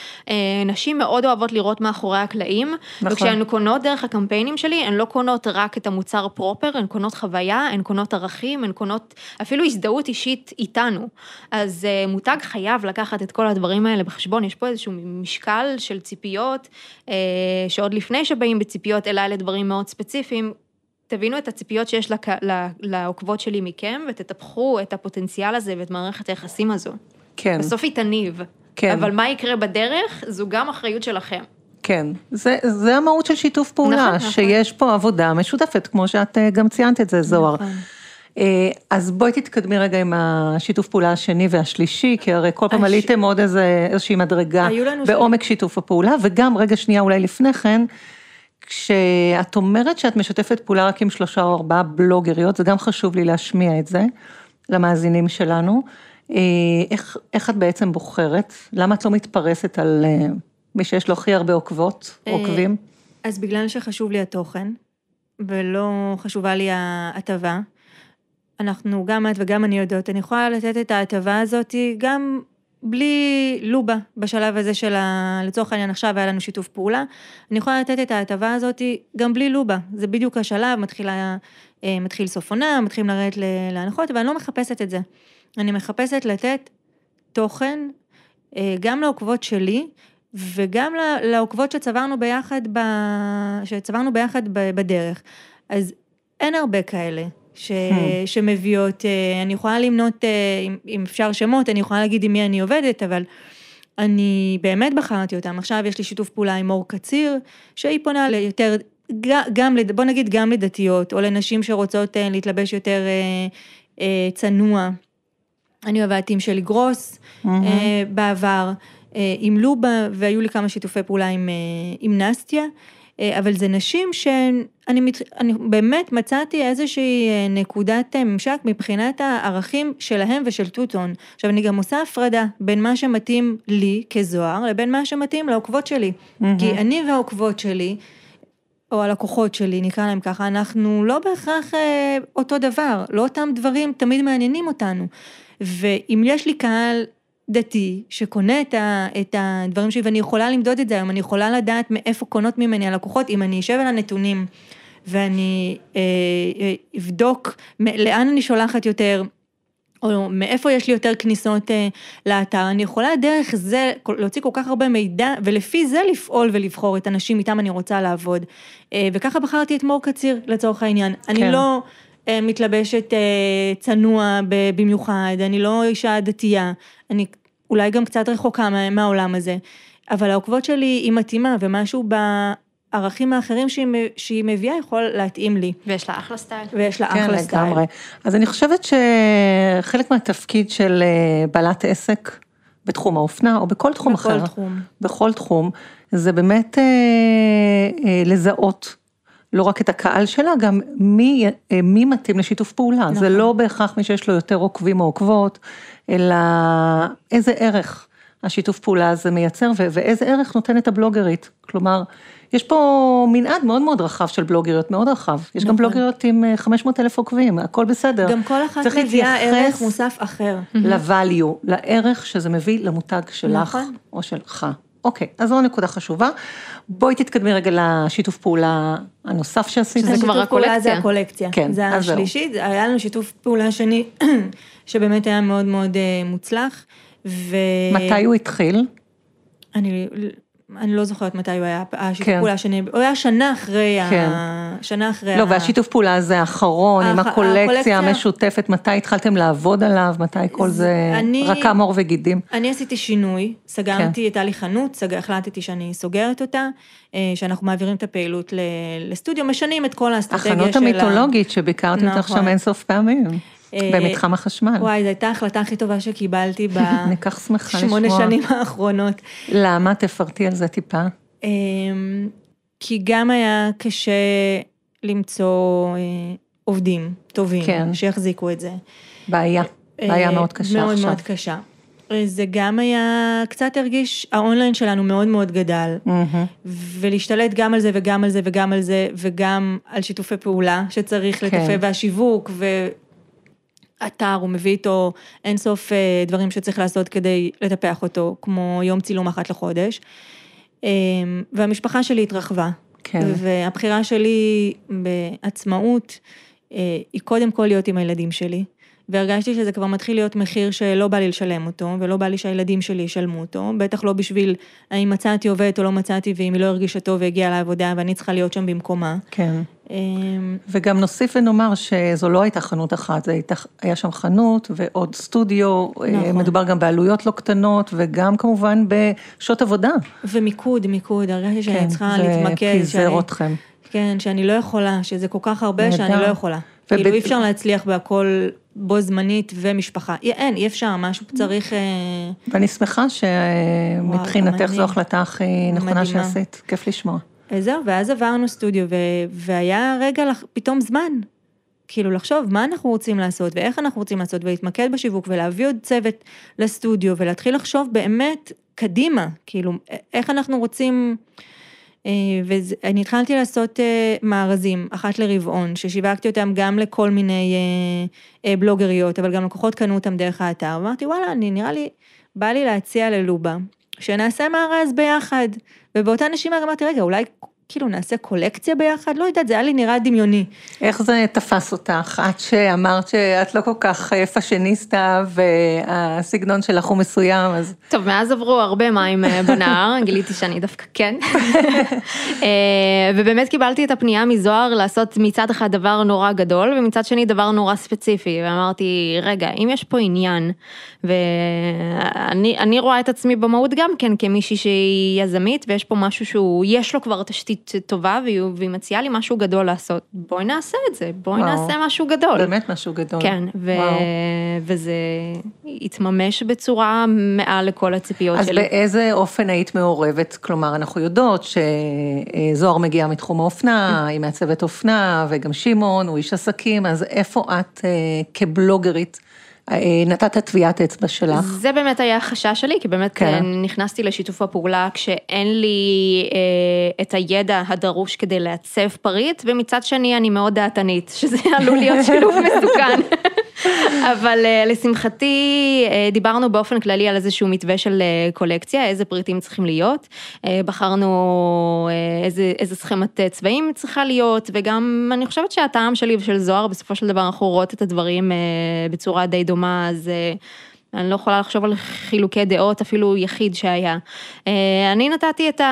שנשים מאוד אוהבות לראות מאחורי הקלעים, נכון. וכשהן קונות דרך הקמפיינים שלי, הן לא קונות רק את המוצר פרופר, הן קונות חוויה, הן קונות ערכים, הן קונות אפילו הזדהות אישית איתנו, אז uh, מותג חייב לקחת את כל הדברים האלה בחשבון, יש פה איזשהו משקל של ציפיות, uh, שעוד לפני שבאים בציפיות, אלא אלה דברים מאוד ספציפיים, תבינו את הציפיות שיש לק... לעוקבות שלי מכם, ותטפחו את הפוטנציאל הזה, ואת מערכת היחסים הזו. כן. בסוף היא תניב, כן. אבל מה יקרה בדרך, זו גם אחריות שלכם. כן, זה, זה המהות של שיתוף פעולה, נכון, שיש נכון. פה עבודה משותפת, כמו שאת גם ציינת את זה, זוהר. נכון. אז בואי תתקדמי רגע עם השיתוף פעולה השני והשלישי, כי הרי כל פעם עליתם עוד איזושהי מדרגה בעומק שיתוף הפעולה, וגם רגע שנייה אולי לפני כן, כשאת אומרת שאת משתפת פעולה רק עם שלושה או ארבעה בלוגריות, זה גם חשוב לי להשמיע את זה, למאזינים שלנו, איך, איך את בעצם בוחרת? למה את לא מתפרסת על מי שיש לו הכי הרבה עוקבות, עוקבים? אז בגלל שחשוב לי התוכן, ולא חשובה לי ההטבה, אנחנו, גם את וגם אני יודעות, אני יכולה לתת את ההטבה הזאת גם בלי לובה בשלב הזה של, ה... לצורך העניין עכשיו היה לנו שיתוף פעולה, אני יכולה לתת את ההטבה הזאת גם בלי לובה, זה בדיוק השלב, מתחילה, מתחיל סוף עונה, מתחילים לרדת להנחות, ואני לא מחפשת את זה, אני מחפשת לתת תוכן גם לעוקבות שלי, וגם לעוקבות שצברנו ביחד, ב... שצברנו ביחד בדרך, אז אין הרבה כאלה. ש... שמביאות, אני יכולה למנות, אם אפשר שמות, אני יכולה להגיד עם מי אני עובדת, אבל אני באמת בחרתי אותם. עכשיו יש לי שיתוף פעולה עם אור קציר, שהיא פונה ליותר, גם, בוא נגיד גם לדתיות, או לנשים שרוצות להתלבש יותר צנוע. אני עבדתי עם שלי גרוס בעבר, עם לובה, והיו לי כמה שיתופי פעולה עם, עם נסטיה, אבל זה נשים שאני מת, אני באמת מצאתי איזושהי נקודת ממשק מבחינת הערכים שלהם ושל טוטון. עכשיו אני גם עושה הפרדה בין מה שמתאים לי כזוהר, לבין מה שמתאים לעוקבות שלי. Mm-hmm. כי אני והעוקבות שלי, או הלקוחות שלי, נקרא להם ככה, אנחנו לא בהכרח אה, אותו דבר, לא אותם דברים תמיד מעניינים אותנו. ואם יש לי קהל דתי שקונה את, ה, את הדברים שלי, ואני יכולה למדוד את זה היום, אני יכולה לדעת מאיפה קונות ממני הלקוחות, אם אני אשב על הנתונים, ואני אה, אה, אבדוק לאן אני שולחת יותר, או מאיפה יש לי יותר כניסות אה, לאתר, אני יכולה דרך זה להוציא כל כך הרבה מידע, ולפי זה לפעול ולבחור את אנשים איתם אני רוצה לעבוד. אה, וככה בחרתי את מור קציר לצורך העניין. כן. אני לא אה, מתלבשת אה, צנוע במיוחד, אני לא אישה דתייה, אני אולי גם קצת רחוקה מה, מהעולם הזה, אבל העוקבות שלי היא מתאימה, ומשהו בערכים האחרים שהיא, שהיא מביאה יכול להתאים לי. ויש לה אחלה סטייל. ויש לה כן, אחלה סטייל. לגמרי. אז אני חושבת שחלק מהתפקיד של בעלת עסק, בתחום האופנה, או בכל תחום בכל אחר. בכל תחום. בכל תחום, זה באמת אה, אה, לזהות. לא רק את הקהל שלה, גם מי, מי מתאים לשיתוף פעולה. נכון. זה לא בהכרח מי שיש לו יותר עוקבים או עוקבות, אלא איזה ערך השיתוף פעולה הזה מייצר, ו- ואיזה ערך נותנת הבלוגרית. כלומר, יש פה מנעד מאוד מאוד רחב של בלוגריות, מאוד רחב. יש נכון. גם בלוגריות עם חמש מאות אלף עוקבים, הכל בסדר. גם כל אחת מביאה ערך מוסף אחר. ל-value, לערך שזה מביא למותג שלך, נכון. או שלך. אוקיי, אז זו נקודה חשובה. בואי תתקדמי רגע לשיתוף פעולה הנוסף שעשית. שזה כבר הקולקציה. זה הקולקציה. כן, זה השלישית. היה לנו שיתוף פעולה שני, שבאמת היה מאוד מאוד מוצלח. ו... מתי הוא התחיל? אני, אני לא זוכרת מתי הוא היה, השיתוף כן. פעולה שני, הוא היה שנה אחרי, כן. ה... שנה אחרי לא, ה... והשיתוף פעולה הזה האחרון, הח... עם הקולקציה, הקולקציה המשותפת, מתי התחלתם לעבוד עליו, מתי כל זה אני... רקע מור וגידים? אני עשיתי שינוי, סגרתי, הייתה לי חנות, סג... החלטתי שאני סוגרת אותה, שאנחנו מעבירים את הפעילות לסטודיו, משנים את כל האסטרטגיה החנות של... החנות המיתולוגית שביקרתי אותך שם אין סוף פעמים. במתחם החשמל. וואי, זו הייתה ההחלטה הכי טובה שקיבלתי בשמונה שנים האחרונות. למה? תפרטי על זה טיפה. כי גם היה קשה למצוא עובדים טובים, שיחזיקו את זה. בעיה, בעיה מאוד קשה עכשיו. מאוד מאוד קשה. זה גם היה, קצת הרגיש, האונליין שלנו מאוד מאוד גדל, ולהשתלט גם על זה וגם על זה וגם על זה, וגם על שיתופי פעולה שצריך לטפל, והשיווק ו... אתר, הוא מביא איתו אינסוף דברים שצריך לעשות כדי לטפח אותו, כמו יום צילום אחת לחודש, והמשפחה שלי התרחבה, כן. והבחירה שלי בעצמאות, היא קודם כל להיות עם הילדים שלי, והרגשתי שזה כבר מתחיל להיות מחיר שלא בא לי לשלם אותו, ולא בא לי שהילדים שלי ישלמו אותו, בטח לא בשביל האם מצאתי עובדת או לא מצאתי, ואם היא לא הרגישה טוב והגיעה לעבודה, ואני צריכה להיות שם במקומה. כן. וגם נוסיף ונאמר שזו לא הייתה חנות אחת, זה היה שם חנות ועוד סטודיו, נכון. מדובר גם בעלויות לא קטנות, וגם כמובן בשעות עבודה. ומיקוד, מיקוד, הרגשתי שאני צריכה להתמקד. ופיזר אתכם. כן, שאני לא יכולה, שזה כל כך הרבה שאני לא יכולה. כאילו אי אפשר להצליח בהכל בו זמנית ומשפחה. אין, אי אפשר, משהו צריך... ואני שמחה שמתחינתך זו החלטה הכי נכונה שעשית. כיף לשמוע. זהו, ואז עברנו סטודיו, והיה רגע פתאום זמן, כאילו לחשוב מה אנחנו רוצים לעשות, ואיך אנחנו רוצים לעשות, ולהתמקד בשיווק, ולהביא עוד צוות לסטודיו, ולהתחיל לחשוב באמת קדימה, כאילו, איך אנחנו רוצים... ואני התחלתי לעשות מארזים, אחת לרבעון, ששיווקתי אותם גם לכל מיני בלוגריות, אבל גם לקוחות קנו אותם דרך האתר, ואמרתי, וואלה, אני נראה לי, בא לי להציע ללובה, שנעשה מארז ביחד, ובאותה נשימה אמרתי, רגע, אולי כאילו נעשה קולקציה ביחד, לא יודעת, זה היה לי נראה דמיוני. איך זה תפס אותך? את שאמרת שאת לא כל כך פאשיניסטה, והסגנון שלך הוא מסוים, אז... טוב, מאז עברו הרבה מים בנהר, גיליתי שאני דווקא כן. ובאמת קיבלתי את הפנייה מזוהר לעשות מצד אחד דבר נורא גדול, ומצד שני דבר נורא ספציפי, ואמרתי, רגע, אם יש פה עניין, ואני אני רואה את עצמי במהות גם כן, כמישהי שהיא יזמית, ויש פה משהו שהוא, יש לו כבר תשתית מקצועית טובה, והיא מציעה לי משהו גדול לעשות. בואי נעשה את זה, בואי וואו. נעשה משהו גדול. באמת משהו גדול. כן, ו... וזה התממש בצורה מעל לכל הציפיות אז שלי. אז באיזה אופן היית מעורבת? כלומר, אנחנו יודעות שזוהר מגיעה מתחום האופנה, היא מעצבת אופנה, וגם שמעון הוא איש עסקים, אז איפה את כבלוגרית נתת את טביעת אצבע שלך? זה באמת היה החשש שלי, כי באמת כן. נכנסתי לשיתוף הפעולה כשאין לי אה, את הידע הדרוש כדי לעצב פריט, ומצד שני אני מאוד דעתנית, שזה עלול להיות שילוב מסוכן. אבל לשמחתי דיברנו באופן כללי על איזשהו מתווה של קולקציה, איזה פריטים צריכים להיות, בחרנו איזה, איזה סכמת צבעים צריכה להיות, וגם אני חושבת שהטעם שלי ושל זוהר, בסופו של דבר אנחנו רואות את הדברים בצורה די דומה, אז אני לא יכולה לחשוב על חילוקי דעות, אפילו יחיד שהיה. אני נתתי את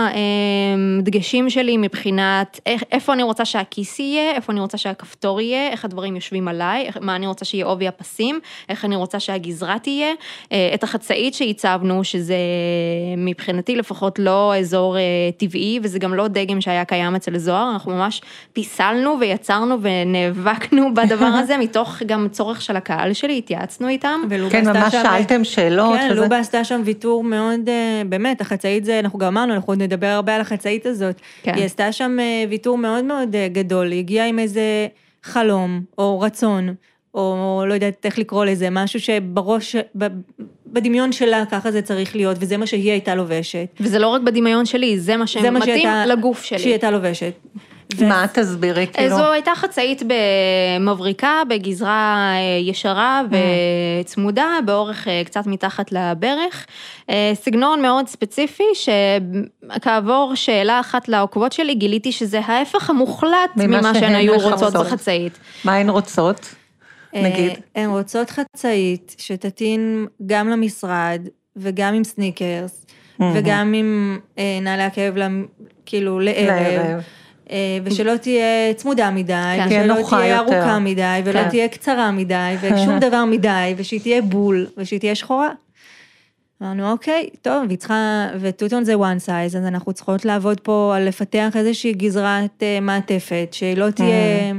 הדגשים שלי מבחינת איפה אני רוצה שהכיס יהיה, איפה אני רוצה שהכפתור יהיה, איך הדברים יושבים עליי, מה אני רוצה שיהיה עובי הפסים, איך אני רוצה שהגזרה תהיה, את החצאית שהצבנו, שזה מבחינתי לפחות לא אזור טבעי, וזה גם לא דגם שהיה קיים אצל זוהר, אנחנו ממש פיסלנו ויצרנו ונאבקנו בדבר הזה, מתוך גם צורך של הקהל שלי, התייעצנו איתם. כן, ממש שאלתם שאלות. כן, לובה עשתה שם ויתור מאוד, באמת, החצאית זה, אנחנו גם אמרנו, אנחנו עוד נדבר הרבה על החצאית הזאת. כן. היא עשתה שם ויתור מאוד מאוד גדול, היא הגיעה עם איזה חלום, או רצון, או לא יודעת איך לקרוא לזה, משהו שבראש, בדמיון שלה, ככה זה צריך להיות, וזה מה שהיא הייתה לובשת. וזה לא רק בדמיון שלי, זה מה שמתאים לגוף שלי. שהיא הייתה לובשת. מה תסבירי כאילו? זו הייתה חצאית במבריקה, בגזרה ישרה וצמודה, באורך קצת מתחת לברך, סגנון מאוד ספציפי, שכעבור שאלה אחת לעוקבות שלי, גיליתי שזה ההפך המוחלט ממה שהן היו רוצות בחצאית. מה הן רוצות? נגיד. הן רוצות חצאית שתתאים גם למשרד, וגם עם סניקרס, וגם עם נעלי עקב, כאילו לערב. ושלא תהיה צמודה מדי, ושלא תהיה ארוכה מדי, ולא תהיה קצרה מדי, ושום דבר מדי, ושהיא תהיה בול, ושהיא תהיה שחורה. אמרנו, אוקיי, טוב, והיא צריכה, וטוטון זה one size, אז אנחנו צריכות לעבוד פה על לפתח איזושהי גזרת מעטפת, שהיא לא תהיה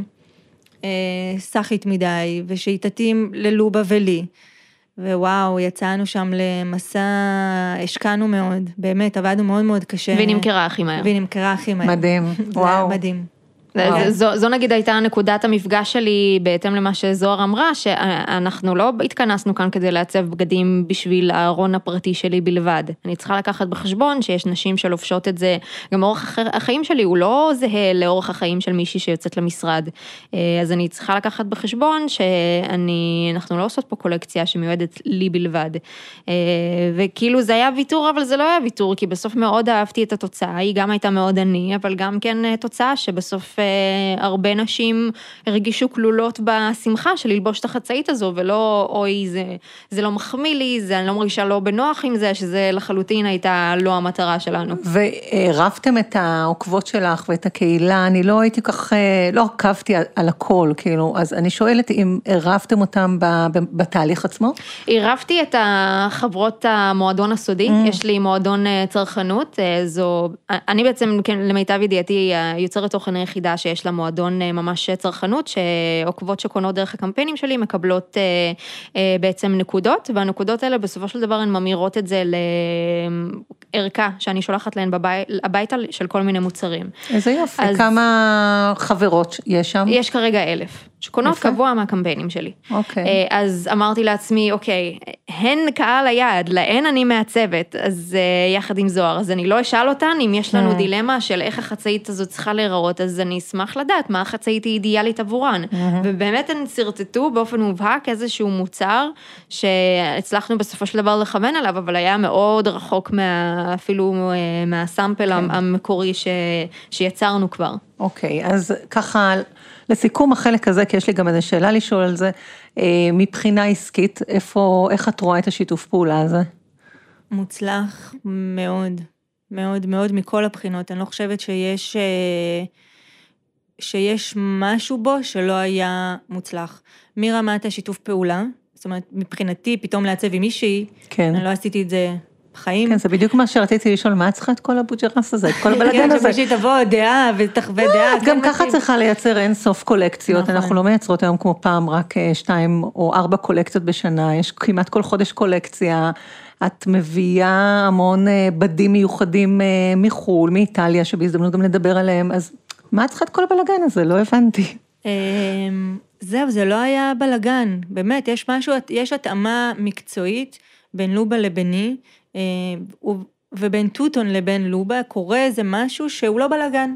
סחית מדי, ושהיא תתאים ללובה ולי. ווואו, יצאנו שם למסע, השקענו מאוד, באמת, עבדנו מאוד מאוד קשה. והיא נמכרה הכי מהר. והיא נמכרה הכי מהר. מדהים, וואו. מדהים. זו, זו נגיד הייתה נקודת המפגש שלי, בהתאם למה שזוהר אמרה, שאנחנו לא התכנסנו כאן כדי לעצב בגדים בשביל הארון הפרטי שלי בלבד. אני צריכה לקחת בחשבון שיש נשים שלובשות את זה, גם אורח החיים שלי הוא לא זהה לאורך החיים של מישהי שיוצאת למשרד. אז אני צריכה לקחת בחשבון שאני, אנחנו לא עושות פה קולקציה שמיועדת לי בלבד. וכאילו זה היה ויתור, אבל זה לא היה ויתור, כי בסוף מאוד אהבתי את התוצאה, היא גם הייתה מאוד עני, אבל גם כן תוצאה שבסוף הרבה נשים הרגישו כלולות בשמחה של ללבוש את החצאית הזו, ולא, אוי, זה, זה לא מחמיא לי, זה, אני לא מרגישה לא בנוח עם זה, שזה לחלוטין הייתה לא המטרה שלנו. וערבתם את העוקבות שלך ואת הקהילה, אני לא הייתי כך, לא עקבתי על הכל, כאילו, אז אני שואלת אם ערבתם אותם בתהליך עצמו? ערבתי את החברות המועדון הסודי, mm. יש לי מועדון צרכנות, זו, אני בעצם, כן, למיטב ידיעתי, יוצרת תוכן היחידה שיש לה מועדון ממש צרכנות, שעוקבות שקונות דרך הקמפיינים שלי, מקבלות בעצם נקודות, והנקודות האלה בסופו של דבר הן ממירות את זה לערכה, שאני שולחת להן הביתה של כל מיני מוצרים. איזה יופי, אז, כמה חברות יש שם? יש כרגע אלף. שקונות קבוע מהקמפיינים שלי. אוקיי. אז אמרתי לעצמי, אוקיי, הן קהל היעד, להן אני מעצבת, אז יחד עם זוהר, אז אני לא אשאל אותן, אם יש לנו דילמה של איך החצאית הזאת צריכה להיראות, אז אני אשמח לדעת מה החצאית היא אידיאלית עבורן. ובאמת הן סרטטו באופן מובהק איזשהו מוצר, שהצלחנו בסופו של דבר לכוון עליו, אבל היה מאוד רחוק מה, אפילו מהסמפל המקורי שיצרנו כבר. אוקיי, אז ככה, לסיכום החלק הזה, כי יש לי גם איזו שאלה לשאול על זה, מבחינה עסקית, איפה, איך את רואה את השיתוף פעולה הזה? מוצלח מאוד, מאוד, מאוד מכל הבחינות. אני לא חושבת שיש, שיש משהו בו שלא היה מוצלח. מרמת השיתוף פעולה, זאת אומרת, מבחינתי, פתאום לעצב עם מישהי, כן. אני לא עשיתי את זה בחיים. כן, זה בדיוק מה שרציתי לשאול, מה צריכה את כל הבוג'רס הזה, את כל הבלגן הזה? כן, שפשוט תבוא דעה ותחווה דעה. גם ככה צריכה לייצר אין סוף קולקציות, אנחנו לא מייצרות היום כמו פעם רק שתיים או ארבע קולקציות בשנה, יש כמעט כל חודש קולקציה, את מביאה המון בדים מיוחדים מחול, מאיטליה, שבהזדמנות גם לדבר עליהם, אז מה צריכה את כל הבלגן הזה? לא הבנתי. זהו, זה לא היה בלגן, באמת, יש משהו, יש התאמה מקצועית בין לובה לביני, ובין טוטון לבין לובה, קורה איזה משהו שהוא לא בלגן.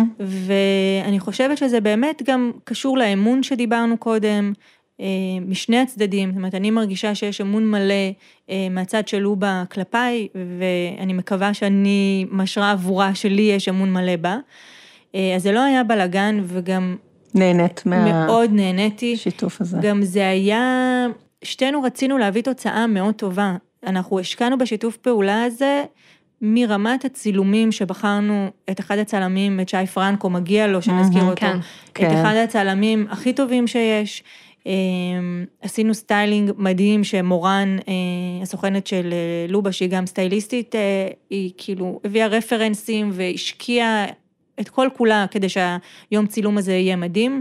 ואני חושבת שזה באמת גם קשור לאמון שדיברנו קודם, משני הצדדים, זאת אומרת, אני מרגישה שיש אמון מלא מהצד של לובה כלפיי, ואני מקווה שאני משרה עבורה שלי יש אמון מלא בה. אז זה לא היה בלגן, וגם נהנית מה... מאוד נהניתי. שיתוף הזה. גם זה היה, שתינו רצינו להביא תוצאה מאוד טובה. אנחנו השקענו בשיתוף פעולה הזה, מרמת הצילומים שבחרנו את אחד הצלמים, את שי פרנקו, מגיע לו שנזכיר אותו. כן, את כן. אחד הצלמים הכי טובים שיש. עשינו סטיילינג מדהים שמורן, הסוכנת של לובה, שהיא גם סטייליסטית, היא כאילו הביאה רפרנסים והשקיעה את כל כולה כדי שהיום צילום הזה יהיה מדהים.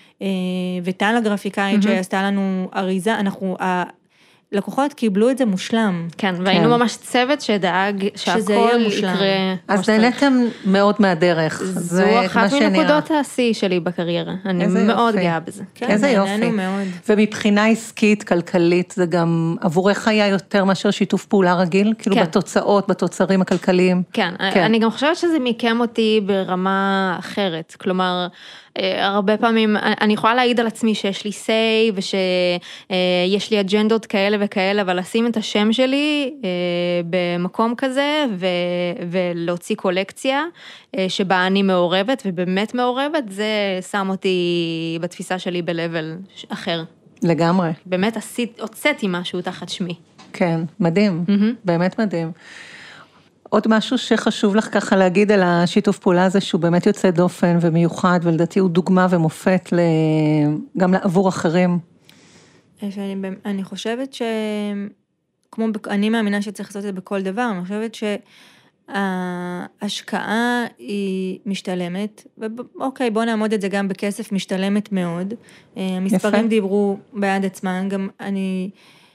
וטל הגרפיקאית שעשתה לנו אריזה, אנחנו, הלקוחות קיבלו את זה מושלם. כן, והיינו ממש צוות שדאג שהכל יקרה. אז נהנתם מאוד מהדרך. זו אחת מנקודות השיא שלי בקריירה. אני מאוד גאה בזה. איזה יופי. ומבחינה עסקית, כלכלית, זה גם עבורך היה יותר מאשר שיתוף פעולה רגיל? כאילו בתוצאות, בתוצרים הכלכליים? כן, אני גם חושבת שזה מיקם אותי ברמה אחרת. כלומר, הרבה פעמים, אני יכולה להעיד על עצמי שיש לי say, ושיש לי אג'נדות כאלה וכאלה, אבל לשים את השם שלי במקום כזה, ולהוציא קולקציה, שבה אני מעורבת, ובאמת מעורבת, זה שם אותי בתפיסה שלי בלבל אחר. לגמרי. באמת עשית, הוצאתי משהו תחת שמי. כן, מדהים, באמת מדהים. עוד משהו שחשוב לך ככה להגיד על השיתוף פעולה הזה, שהוא באמת יוצא דופן ומיוחד, ולדעתי הוא דוגמה ומופת גם עבור אחרים. שאני, אני חושבת ש... כמו, אני מאמינה שצריך לעשות את זה בכל דבר, אני חושבת שההשקעה היא משתלמת, ואוקיי, בוא נעמוד את זה גם בכסף, משתלמת מאוד. המספרים יפה. דיברו בעד עצמם, גם אני...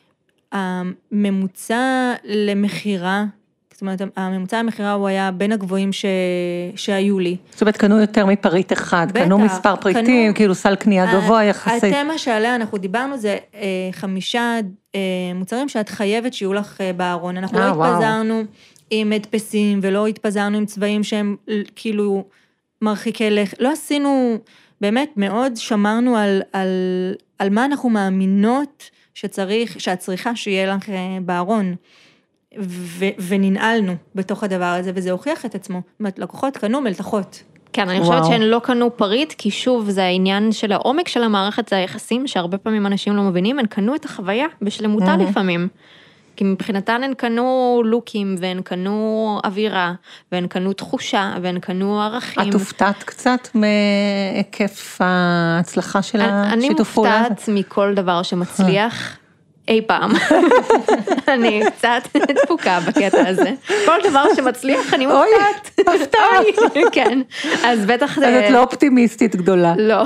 הממוצע למחירה, זאת אומרת, הממוצע המחירה הוא היה בין הגבוהים ש... שהיו לי. זאת אומרת, קנו יותר מפריט אחד, בטח, קנו מספר פריטים, קנו... כאילו סל קנייה גבוה יחסית. התמה שעליה אנחנו דיברנו זה אה, חמישה אה, מוצרים שאת חייבת שיהיו לך אה, בארון. אנחנו אה, לא התפזרנו וואו. עם מדפסים, ולא התפזרנו עם צבעים שהם כאילו מרחיקי לך. לא עשינו, באמת מאוד שמרנו על, על, על מה אנחנו מאמינות שצריך, שאת צריכה שיהיה לך אה, בארון. ו- וננעלנו בתוך הדבר הזה, וזה הוכיח את עצמו. זאת אומרת, לקוחות קנו מלתחות. כן, אני חושבת שהן לא קנו פריט, כי שוב, זה העניין של העומק של המערכת, זה היחסים, שהרבה פעמים אנשים לא מבינים, הן קנו את החוויה בשלמותה לפעמים. כי מבחינתן הן קנו לוקים, והן קנו אווירה, והן קנו תחושה, והן קנו ערכים. את הופתעת קצת מהיקף ההצלחה של השיתוף פעולה? אני מופתעת מכל דבר שמצליח, אי פעם. אני קצת דפוקה בקטע הזה. כל דבר שמצליח, אני מופתעת. אוי, הפתעה. כן, אז בטח... אז את לא אופטימיסטית גדולה. לא.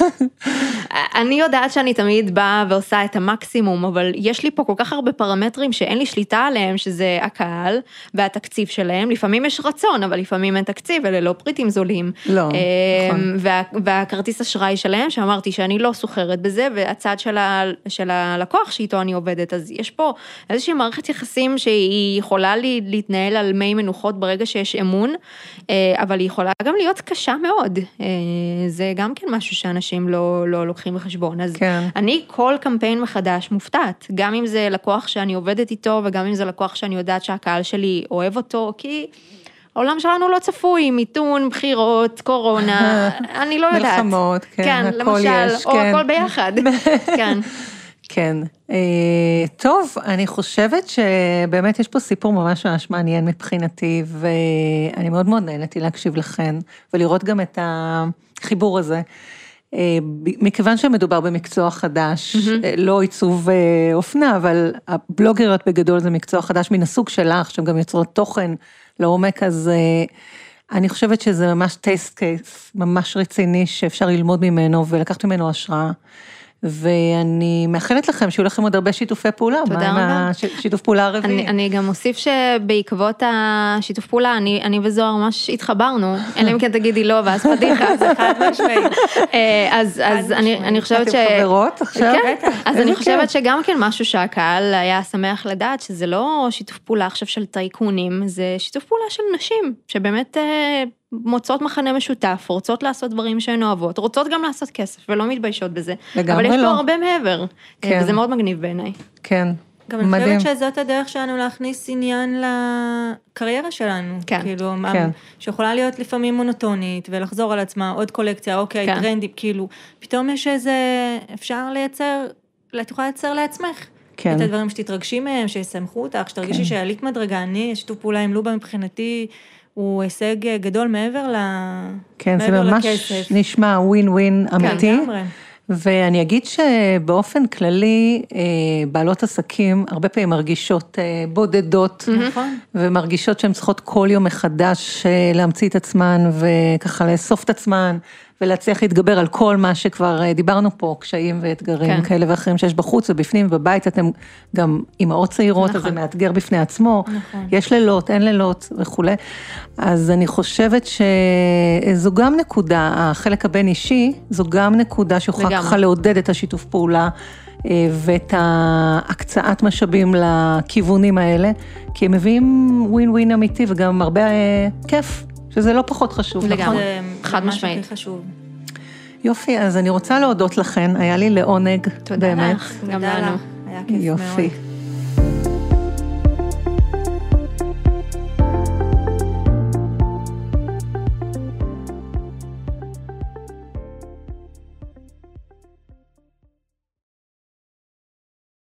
אני יודעת שאני תמיד באה ועושה את המקסימום, אבל יש לי פה כל כך הרבה פרמטרים שאין לי שליטה עליהם, שזה הקהל והתקציב שלהם. לפעמים יש רצון, אבל לפעמים אין תקציב, אלה לא פריטים זולים. לא, נכון. והכרטיס אשראי שלהם, שאמרתי שאני לא סוחרת בזה, והצד של הלקוח שאיתו אני עובדת, אז יש פה איזושהי מערכת יחסים שהיא יכולה לי להתנהל על מי מנוחות ברגע שיש אמון, אבל היא יכולה גם להיות קשה מאוד. זה גם כן משהו שאנשים לא, לא לוקחים בחשבון. אז כן. אני כל קמפיין מחדש מופתעת, גם אם זה לקוח שאני עובדת איתו, וגם אם זה לקוח שאני יודעת שהקהל שלי אוהב אותו, כי העולם שלנו לא צפוי, מיתון, בחירות, קורונה, אני לא יודעת. מלחמות, כן, כן, הכל למשל, יש, או כן. הכל ביחד, כן. כן, טוב, אני חושבת שבאמת יש פה סיפור ממש ממש מעניין מבחינתי, ואני מאוד מאוד נהנתי להקשיב לכן, ולראות גם את החיבור הזה. מכיוון שמדובר במקצוע חדש, לא עיצוב אופנה, אבל הבלוגריות בגדול זה מקצוע חדש מן הסוג שלך, שהן גם יוצרות תוכן לעומק, אז אני חושבת שזה ממש טייסט קייס, ממש רציני, שאפשר ללמוד ממנו ולקחת ממנו השראה. ואני מאחלת לכם שיהיו לכם עוד הרבה שיתופי פעולה. תודה רבה. שיתוף פעולה הרביעי. אני, אני גם אוסיף שבעקבות השיתוף פעולה, אני, אני וזוהר ממש התחברנו, אלא אם כן תגידי לא, ואז פדיחה, זה חד משמעי. אז, אז אני, אני חושבת ש... אתם חברות עכשיו? כן, אז אני חושבת שגם כן משהו שהקהל היה שמח לדעת, שזה לא שיתוף פעולה עכשיו של טייקונים, זה שיתוף פעולה של נשים, שבאמת... מוצאות מחנה משותף, רוצות לעשות דברים שהן אוהבות, רוצות גם לעשות כסף, ולא מתביישות בזה. לגמרי אבל יש לא. פה הרבה מעבר, כן. וזה מאוד מגניב בעיניי. כן, גם אני חושבת שזאת הדרך שלנו להכניס עניין לקריירה שלנו. כן. כאילו, כן. שיכולה להיות לפעמים מונוטונית, ולחזור על עצמה, עוד קולקציה, אוקיי, כן. טרנדים, כאילו, פתאום יש איזה, אפשר לייצר, את יכולה לייצר לעצמך. כן. את הדברים שתתרגשי מהם, שיסמכו אותך, שתרגישי כן. שעלית מדרגה, אני, שיתוף פעולה עם לובה מבחינתי, הוא הישג גדול מעבר ל... כן, מעבר זה ממש לכסף. נשמע ווין ווין אמיתי. כן, לגמרי. ואני אגיד שבאופן כללי, בעלות עסקים הרבה פעמים מרגישות בודדות, נכון. ומרגישות שהן צריכות כל יום מחדש להמציא את עצמן, וככה לאסוף את עצמן, ולהצליח להתגבר על כל מה שכבר דיברנו פה, קשיים ואתגרים כן. כאלה ואחרים שיש בחוץ ובפנים, ובבית אתם גם אימהות צעירות, נכון. אז זה מאתגר בפני עצמו, נכון. יש לילות, אין לילות וכו'. אז אני חושבת שזו גם נקודה, החלק הבין אישי, זו גם נקודה שיכולה ככה לעודד את השיתוף פעולה, ואת ההקצאת משאבים לכיוונים האלה, כי הם מביאים ווין ווין אמיתי, וגם הרבה כיף. שזה לא פחות חשוב, נכון? חד משמעית. יופי, אז אני רוצה להודות לכן, היה לי לעונג, תודה באמת. לך, גם לנו. היה כיף מאוד. יופי.